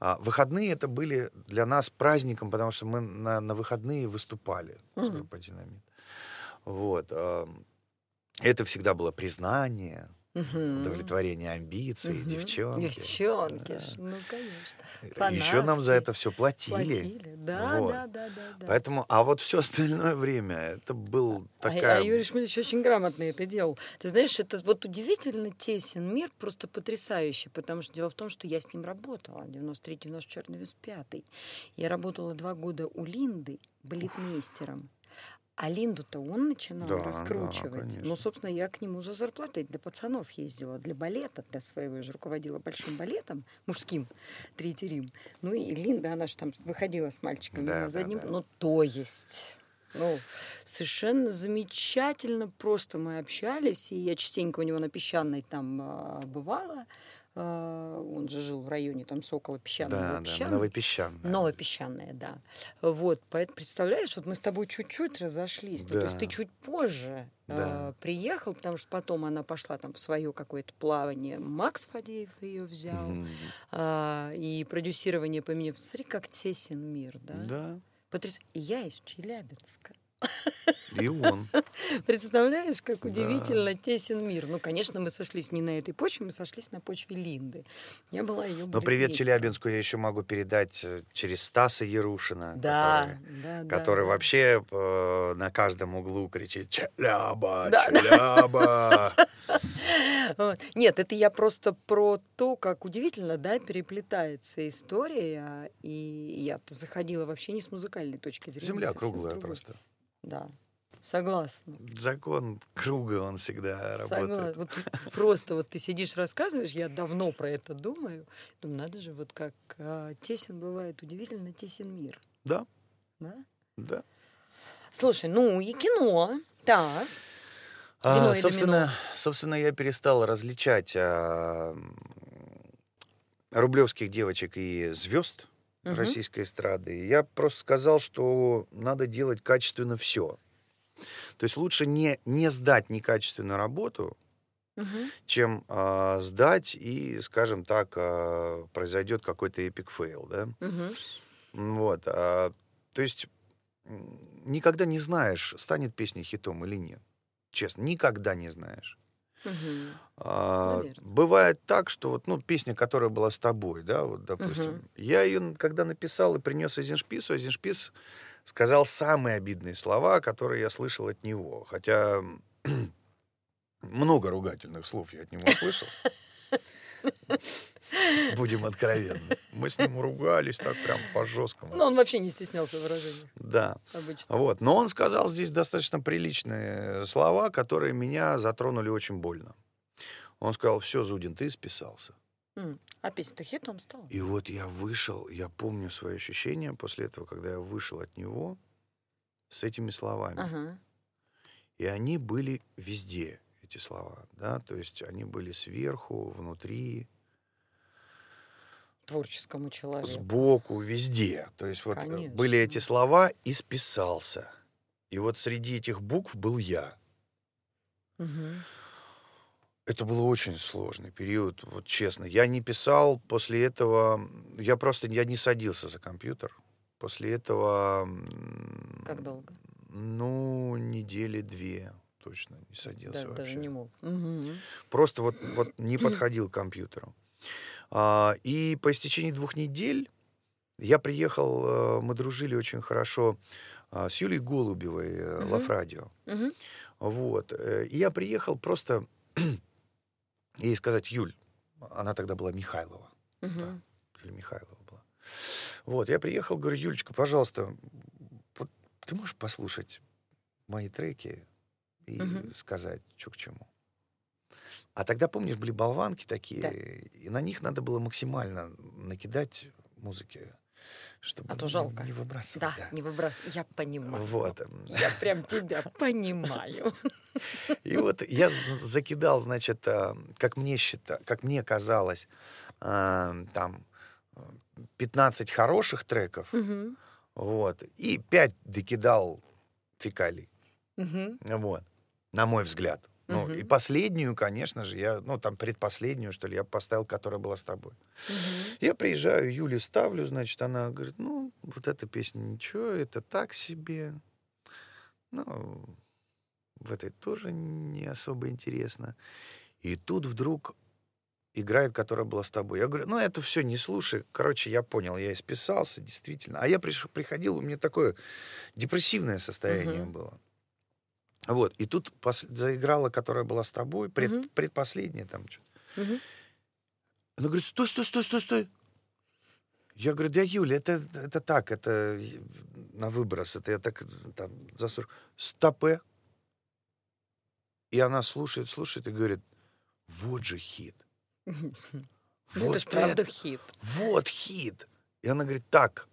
А выходные это были для нас праздником, потому что мы на, на выходные выступали с Мгм. группой «Динамит». Вот. а, Это всегда было признание, Мгм. удовлетворение амбиций, Мгм. девчонки. Девчонки Да. ж, ну, конечно. Еще нам за Фанатки. это все платили. Платили. Да, Вот. да, да, да, да. Поэтому, а вот все остальное время это был А, такая... а Юрий Шмелевич очень грамотно это делал. Ты знаешь, это вот удивительно тесен мир, просто потрясающий, потому что дело в том, что я с ним работала, девяносто третий девяносто четвёртый девяносто пятый. Я работала два года у Линды балетмейстером. А Линду-то он начинал Да, да, раскручивать. конечно. Ну, собственно, я к нему за зарплатой для пацанов ездила, для балета, для своего. Я же руководила большим балетом, мужским, Третий Рим. Ну, и Линда, она же там выходила с мальчиками Да, на да, заднем. да. Ну, то есть... Ну, совершенно замечательно просто мы общались, и я частенько у него на Песчаной там а, бывала. А, он же жил в районе там Сокола, Песчаного, Да, да, Песчаной. Новопесчаная. Новопесчаная, да. Вот, поэтому, представляешь, вот мы с тобой чуть-чуть разошлись. Ну, то есть Да. ты чуть позже Да. а, приехал, потому что потом она пошла там в свое какое-то плавание. Макс Фадеев ее взял. Мгм. А, и продюсирование поменял. Смотри, как тесен мир, да? Да. Потряс... И я из Челябинска. И он. Представляешь, как Да. удивительно тесен мир. Ну, конечно, мы сошлись не на этой почве, мы сошлись на почве Линды. Я была ее Ну, привет Челябинску я еще могу передать э, через Стаса Ярушина, Да, который, да, да. который да. вообще э, на каждом углу кричит «Челяба! Да. Челяба!» Вот. Нет, это я просто про то, как удивительно, да, переплетается история. И я-то заходила вообще не с музыкальной точки зрения. Земля совсем с круглая другой. просто. Да, согласна. Закон круга, он всегда Согласна. работает. Вот просто вот ты сидишь, рассказываешь, я давно про это думаю. Думаю, надо же, вот как а, тесен бывает, удивительно тесен мир. Да, Да? да. Слушай, ну и кино. Так. А, Вино и собственно, домино. собственно, я перестал различать а, м, рублевских девочек и звезд Мгм. российской эстрады. И я просто сказал, что надо делать качественно все. То есть лучше не, не сдать некачественную работу, Мгм. чем а, сдать и, скажем так, а, произойдет какой-то эпик фейл, да? Мгм. Вот. а, то есть м, никогда не знаешь, станет песня хитом или нет. Честно, никогда не знаешь. Мгм. А, Наверно. бывает так, что вот, ну, песня, которая была с тобой, да, вот, допустим, Мгм. я ее, когда написал и принес Эйзеншпису, Эйзеншпис сказал самые обидные слова, которые я слышал от него. Хотя много ругательных слов я от него слышал. Будем откровенны. Мы с ним ругались так прям по-жесткому. Ну, он вообще не стеснялся в выражениях Да. обычно. Вот. Но он сказал здесь достаточно приличные слова, которые меня затронули очень больно. Он сказал: все, Зудин, ты списался. М. А песня-то хитом стала. И вот я вышел, я помню свои ощущения после этого, когда я вышел от него с этими словами. Ага. И они были везде, эти слова, да, то есть они были сверху, внутри, Творческому человеку. сбоку, везде. То есть вот э, Конечно. были эти слова и списался. И вот среди этих букв был я. Мгм. Это был очень сложный период, вот честно. Я не писал после этого, я просто я не садился за компьютер. После этого, м, Как долго? ну, недели две точно не садился Да, вообще. даже не мог. Мгм. Просто вот, вот не подходил к компьютеру. А, и по истечении двух недель я приехал, э, мы дружили очень хорошо а, с Юлией Голубевой, э, Мгм. Лав-Радио. Мгм. Вот. э, И я приехал просто ей сказать: Юль, она тогда была Михайлова. Мгм. Или Михайлова была. Вот, я приехал, говорю: Юлечка, пожалуйста, вот ты можешь послушать мои треки и Мгм. сказать, что к чему? А тогда, помнишь, были болванки такие, Да. и на них надо было максимально накидать музыки, чтобы А то ну, не- жалко. не выбрасывать. Да, да. не выбрасывай. Я понимаю. Вот. Я прям тебя понимаю. И вот я з- закидал, значит, а, как мне счита, как мне казалось, а, там а, пятнадцать хороших треков, Мгм. вот, и пять докидал фекалий, Мгм. вот, на мой взгляд. Ну, Мгм. и последнюю, конечно же, я, ну, там, предпоследнюю, что ли, я поставил, которая была с тобой. Мгм. Я приезжаю, Юле ставлю, значит, она говорит, ну, вот эта песня ничего, это так себе. Ну, в этой тоже не особо интересно. И тут вдруг играет, которая была с тобой. Я говорю, ну, это все не слушай. Короче, я понял, я исписался, действительно. А я приш- приходил, у меня такое депрессивное состояние Мгм. было. Вот, и тут пос- заиграла, которая была с тобой, пред- Мгм. предпоследняя там. чё. Мгм. Она говорит, стой, стой, стой, стой, стой. Я говорю, да, Юля, это, это так, это на выброс, это я так там засор. Стопе. И она слушает, слушает и говорит, вот же хит. Ну, Вот это ж правда это, хит. вот хит. И она говорит, так,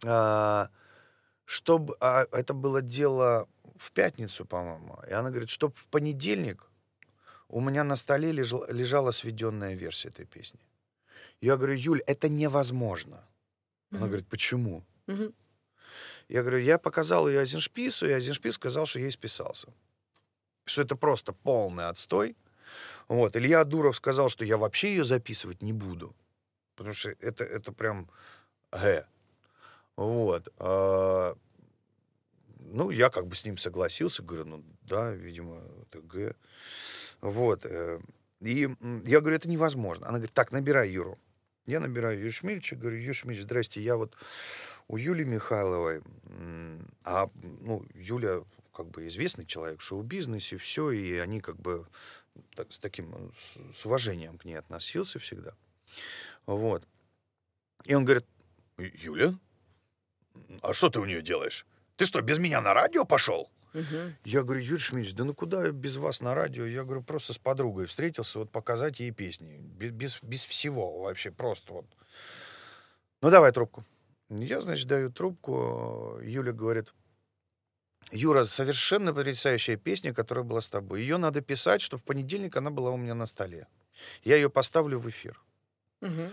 чтобы это было дело в пятницу, по-моему. И она говорит, чтобы в понедельник у меня на столе лежала, лежала сведенная версия этой песни. Я говорю, Юль, это невозможно. Она Мгм. говорит, почему? Мгм. Я говорю, я показал ее Азеншпису, и Азеншпис сказал, что я исписался. Что это просто полный отстой. Вот. Илья Дуров сказал, что я вообще ее записывать не буду. Потому что это, это прям г. Вот. А, ну, я как бы с ним согласился. Говорю, ну да, видимо, это г. Вот. э, И м, я говорю, это невозможно. Она говорит, так, набирай Юру. Я набираю Юшмильча, говорю, Юшмильч, здрасте, я вот у Юли Михайловой, м, а, ну, Юля как бы известный человек в шоу-бизнесе, все, и они как бы так- с таким, э, с, с уважением к ней относился всегда. Вот. И он говорит, Юля, а что ты у нее делаешь? Ты что, без меня на радио пошел? Мгм. Я говорю, Юрий Шмидович, да ну куда я без вас на радио? Я говорю, просто с подругой встретился, вот показать ей песни. Без, без, без всего вообще, просто вот. Ну, давай трубку. Я, значит, даю трубку. Юля говорит, Юра, совершенно потрясающая песня, которая была с тобой. Ее надо писать, что в понедельник она была у меня на столе. Я ее поставлю в эфир. Мгм.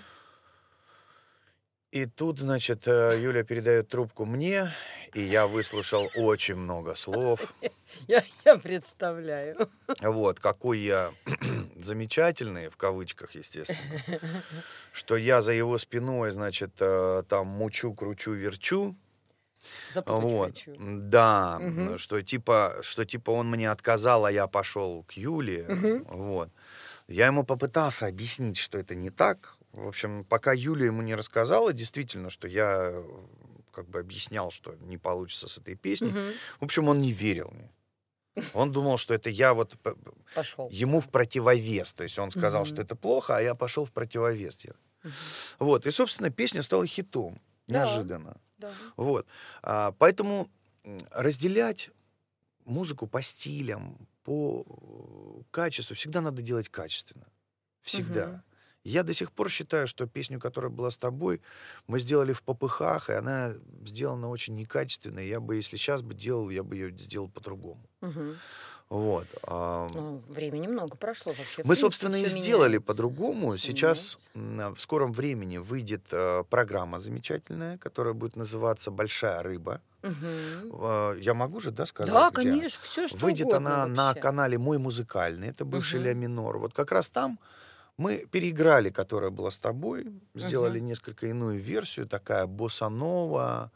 И тут, значит, э, Юля передает трубку мне, и я выслушал очень много слов. Я, я представляю. Вот, какой я замечательный, в кавычках, естественно, что я за его спиной, значит, э, там мучу, кручу, верчу. Запутать Вот, хочу. да, Мгм. что типа, что типа он мне отказал, а я пошел к Юле. Мгм. Вот. Я ему попытался объяснить, что это не так. В общем, пока Юля ему не рассказала, действительно, что я э, как бы объяснял, что не получится с этой песней. Мгм. В общем, он не верил мне. Он думал, что это я вот п- п- Пошел. ему в противовес. То есть он сказал, Мгм. что это плохо, а я пошел в противовес делать. Мгм. Вот. И, собственно, песня стала хитом. Да. Неожиданно. Да. Вот. А, поэтому м, разделять музыку по стилям, по э, качеству всегда надо делать качественно. Всегда. Мгм. Я до сих пор считаю, что песню, которая была с тобой, мы сделали в попыхах, и она сделана очень некачественно. Я бы, если сейчас бы делал, я бы ее сделал по-другому. Мгм. Вот. а, Ну, времени много прошло вообще. В Мы, принципе, собственно, и всё сделали меняется. по-другому. Всё Сейчас меняется. м, в скором времени выйдет э, программа замечательная, которая будет называться «Большая рыба». Мгм. Э, Я могу же, да, сказать? Да, где? конечно, все что Выйдет угодно она на вообще. канале «Мой музыкальный». Это бывший Мгм. ля минор. Вот как раз там мы переиграли, которая была с тобой, сделали Мгм. несколько иную версию, такая босса-нова,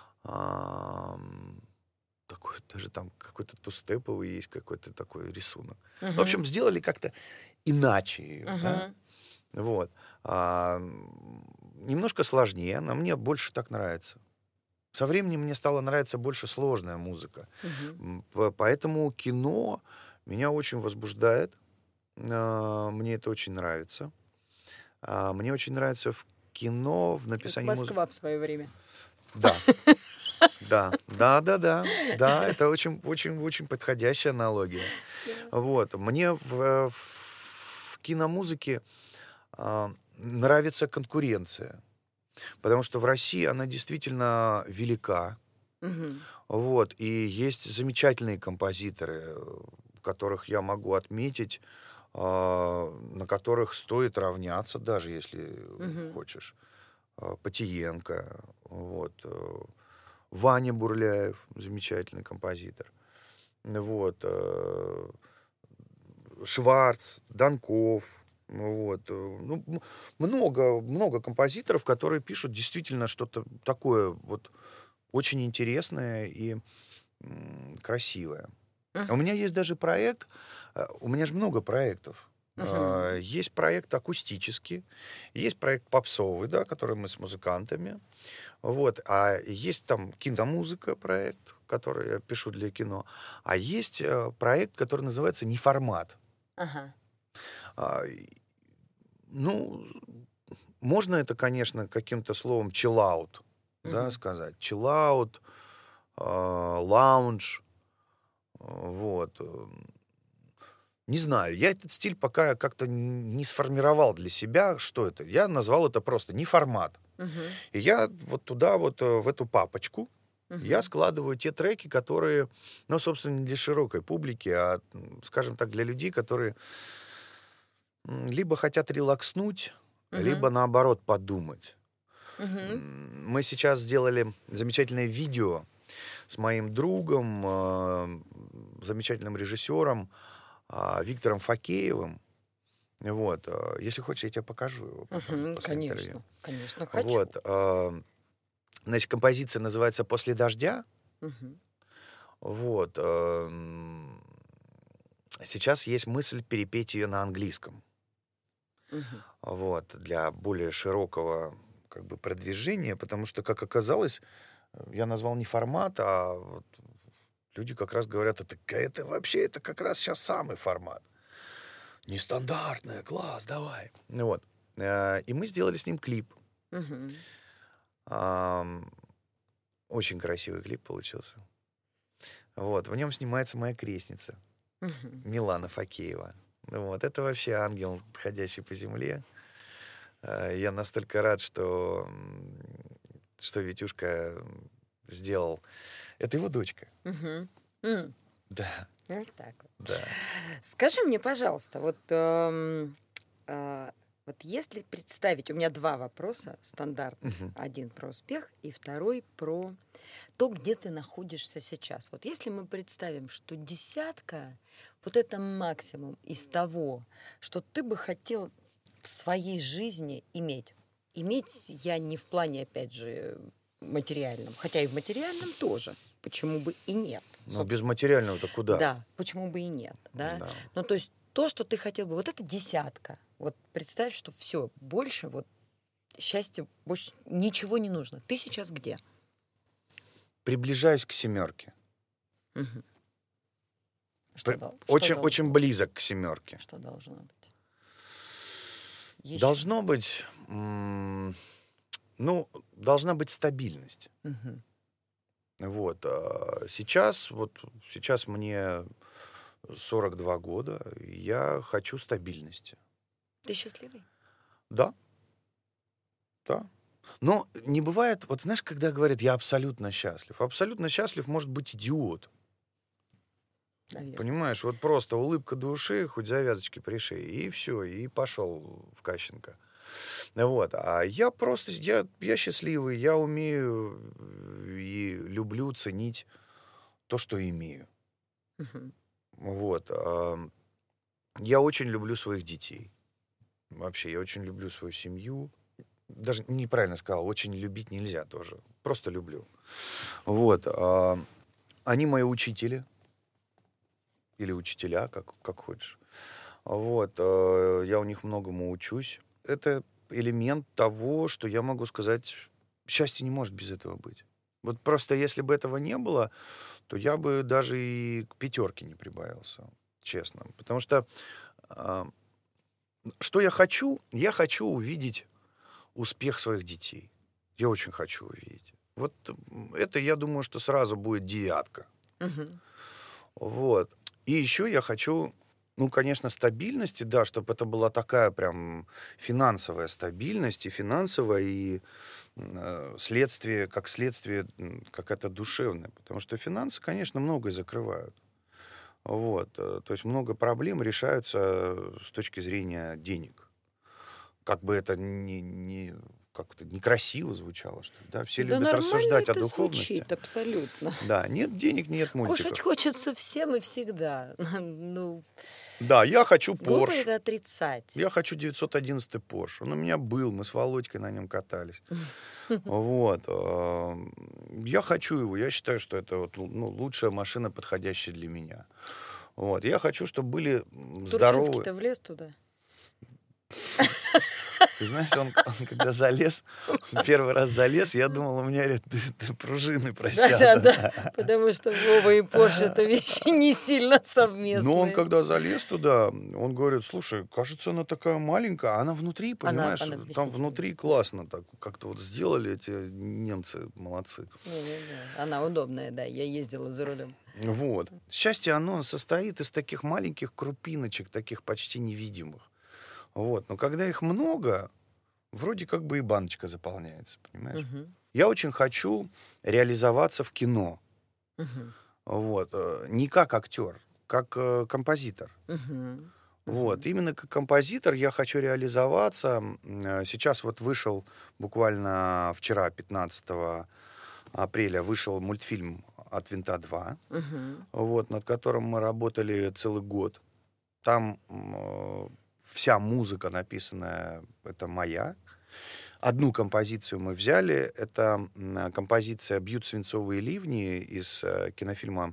ам, такой даже там какой-то тустеповый есть какой-то такой рисунок. Мгм. В общем, сделали как-то иначе ее, да? Мгм. Вот. А, м, немножко сложнее, но мне больше так нравится. Со временем мне стала нравиться больше сложная музыка. Мгм. М, по- Поэтому кино меня очень возбуждает. А, Мне это очень нравится. А, Мне очень нравится в кино, в Как написании музыки. Москва в свое время. Да, да, да, да, да, да, это очень, очень, очень подходящая аналогия. Вот, мне в, в киномузыке а, нравится конкуренция, потому что в России она действительно велика. Мгм. Вот, и есть замечательные композиторы, э, которых я могу отметить, а, на которых стоит равняться, даже если Мгм. хочешь. А, Потиенко, вот, э, Ваня Бурляев, замечательный композитор. Вот, э, Шварц, Донков, вот. Ну, м- много, много композиторов, которые пишут действительно что-то такое вот очень интересное и м, красивое. У Мгм. меня есть даже проект, э, у меня же много проектов. Мгм. А, Есть проект акустический, есть проект попсовый, да, который мы с музыкантами. Вот. А есть там киномузыка проект, который я пишу для кино. А есть э, проект, который называется «Неформат». Ага. А, и, Ну, можно это, конечно, каким-то словом чиллаут, да, Мгм. сказать. Чиллаут, лаунж, вот. э, Не знаю, я этот стиль пока как-то н- не сформировал для себя, что это. Я назвал это просто неформат. Мгм. И я вот туда вот, э, в эту папочку, я Мгм. складываю те треки, которые, ну, собственно, не для широкой публики, а, м, скажем так, для людей, которые м, либо хотят релакснуть, Мгм. либо, наоборот, подумать. Мгм. М, Мы сейчас сделали замечательное видео с моим другом, э, замечательным режиссером а, Виктором Факеевым. Вот. э, Если хочешь, я тебе покажу его потом Мгм. после интервью. Конечно. Конечно, хочу. Вот. э, Значит, композиция называется «После дождя». Мгм. Вот. эм, Сейчас есть мысль перепеть ее на английском. Мгм. Вот. Для более широкого как бы продвижения, потому что, как оказалось, э, я назвал не формат, а вот люди как раз говорят, это, это вообще, это как раз сейчас самый формат. Нестандартная, класс, давай. Ну вот. Э, И мы сделали с ним клип. Мгм. Ам, Очень красивый клип получился. Вот. В нем снимается моя крестница, Мгм. Милана Факеева. Ну вот. Это вообще ангел, ходящий по земле. Э, Я настолько рад, что, м, что Витюшка сделал. Это его дочка. Мгм. М. Да, Вот так вот. да. Скажи мне, пожалуйста, вот, эм, а, вот если представить, у меня два вопроса стандартных. Мгм. Один про успех и второй про то, где ты находишься сейчас. Вот если мы представим, что десятка, вот это максимум из того, что ты бы хотел в своей жизни иметь. Иметь я не в плане, опять же, материальном, хотя и в материальном тоже. Почему бы и нет? Но без Собственно, материального-то куда? да, почему бы и нет, да? Да. Ну, то есть то, что ты хотел бы, вот это десятка. Вот представь, что все, больше вот счастья, больше ничего не нужно. Ты сейчас где? Приближаюсь к семерке. Мгм. Что, При- дол- что Очень, должно очень быть? близок к семерке. Что должно быть? Еще. Должно быть, м, ну, должна быть стабильность. Мгм. Вот. а Сейчас, вот сейчас мне сорок два года, и я хочу стабильности. Ты счастливый? Да, да. Но не бывает, вот знаешь, когда говорят, я абсолютно счастлив. Абсолютно счастлив может быть идиот. Наверное. Понимаешь, вот просто улыбка до ушей, хоть завязочки при шее, и все, и пошел в Кащенко. Вот. А я просто, я, я счастливый, я умею э, и люблю ценить то, что имею. Мгм. Вот. а, Я очень люблю своих детей. Вообще, я очень люблю свою семью. Даже неправильно сказал, очень любить нельзя тоже. Просто люблю. Вот. а, Они мои учители. Или учителя, как, как хочешь. Вот. э, Я у них многому учусь. Это элемент того, что я могу сказать, счастье не может без этого быть. Вот просто если бы этого не было, то я бы даже и к пятерке не прибавился, честно. Потому что а, что я хочу? Я хочу увидеть успех своих детей. Я очень хочу увидеть. Вот м, это, я думаю, что сразу будет девятка. Мгм. Вот. И еще я хочу, ну, конечно, стабильности, да, чтобы это была такая прям финансовая стабильность, и финансовая, и э, следствие, как следствие, м, какая-то душевная. Потому что финансы, конечно, многое закрывают. Вот. э, То есть много проблем решаются с точки зрения денег. Как бы это не, не, как-то некрасиво звучало, что ли, да? Все Да любят нормально рассуждать о это духовности. звучит, абсолютно. Да, нет денег, нет Кушать мультиков. хочется всем и всегда. Ну, Да, я хочу Глупо Porsche. это отрицать. Я хочу девятьсот одиннадцатый Porsche. Он у меня был, мы с Володькой на нем катались. Вот. э, Я хочу его. Я считаю, что это вот, ну, лучшая машина, подходящая для меня. Вот. Я хочу, чтобы были здоровые. Турчинский-то влез туда. Ты знаешь, он, он когда залез, первый раз залез, я думал, у меня говорит, пружины просят. Да-да-да, потому что Вова и Porsche это вещи не сильно совместные. Но он, когда залез туда, он говорит, слушай, кажется, она такая маленькая, а она внутри, понимаешь, она там действительно. внутри классно так, как-то вот сделали эти немцы, молодцы. Не-не-не, она удобная, да, я ездила за рулем. Вот. Счастье, оно состоит из таких маленьких крупиночек, таких почти невидимых. Вот. Но когда их много, вроде как бы и баночка заполняется, понимаешь? Мгм. Я очень хочу реализоваться в кино. Мгм. Вот. э, Не как актер, как э, композитор. Мгм. Вот. Именно как композитор я хочу реализоваться. М, э, Сейчас вот вышел буквально вчера, пятнадцатого апреля, вышел мультфильм «От винта два», Мгм. вот, над которым мы работали целый год. Там м, э, вся музыка написанная, это моя. Одну композицию мы взяли. Это м, композиция «Бьют свинцовые ливни» из э, кинофильма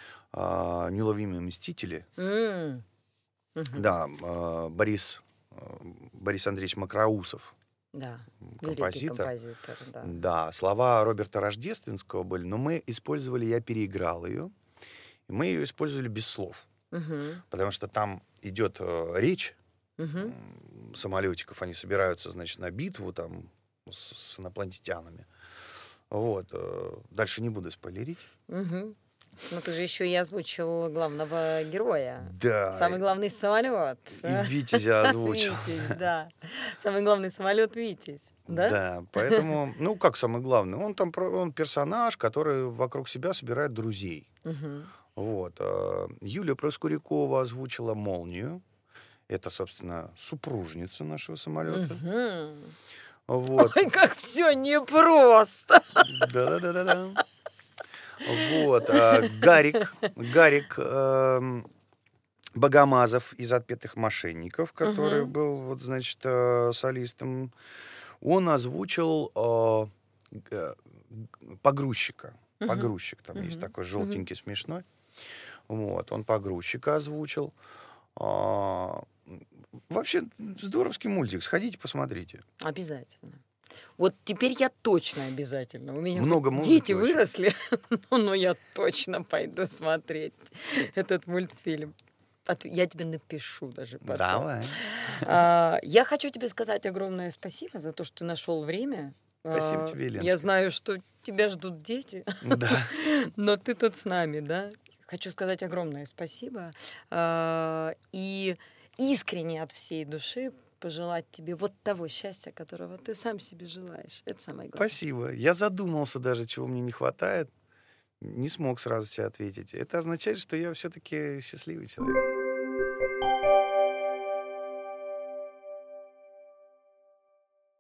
а, «Неуловимые мстители». М. Мгм. Да, э, Борис, э, Борис Андреевич Макроусов, Да, великий композитор. композитор, да. Да, слова Роберта Рождественского были, но мы использовали, я переиграл ее, и мы ее использовали без слов, Мгм. потому что там идет э, речь Мгм. м, самолетиков, они собираются, значит, на битву там с, с инопланетянами. Вот. э, Дальше не буду спойлерить. Мгм. Ну, ты же еще и озвучил главного героя. Да. Самый главный самолет. И Витязя озвучил. Витязь, да. Самый главный самолет Витязь. Да? Да, поэтому, ну, как самый главный, он там, про- он персонаж, который вокруг себя собирает друзей. Мгм. Вот. э, Юлия Проскурякова озвучила «Молнию». Это, собственно, супружница нашего самолета. Мгм. Вот. Ой, как все непросто. Да-да-да-да. Вот. а, Гарик, Гарик эм, Богомазов из «Отпетых мошенников», который Мгм. был, вот, значит, э, солистом, он озвучил э, г- г- погрузчика. Мгм. Погрузчик там есть Мгм. такой желтенький, смешной. Вот, он погрузчика озвучил. А, м, Вообще здоровский мультик. Сходите, посмотрите. Обязательно. Вот теперь я точно обязательно. У меня Много хоть музыки дети очень. выросли, но, но я точно пойду смотреть этот мультфильм. От- Я тебе напишу даже потом. Давай. А, Я хочу тебе сказать огромное спасибо за то, что ты нашел время. Спасибо А, тебе, Леночка. Я знаю, что тебя ждут дети, Да. но ты тут с нами, да? Хочу сказать огромное спасибо. А, И искренне от всей души пожелать тебе вот того счастья, которого ты сам себе желаешь. Это самое главное. Спасибо. Я задумался даже, чего мне не хватает. Не смог сразу тебе ответить. Это означает, что я все-таки счастливый человек.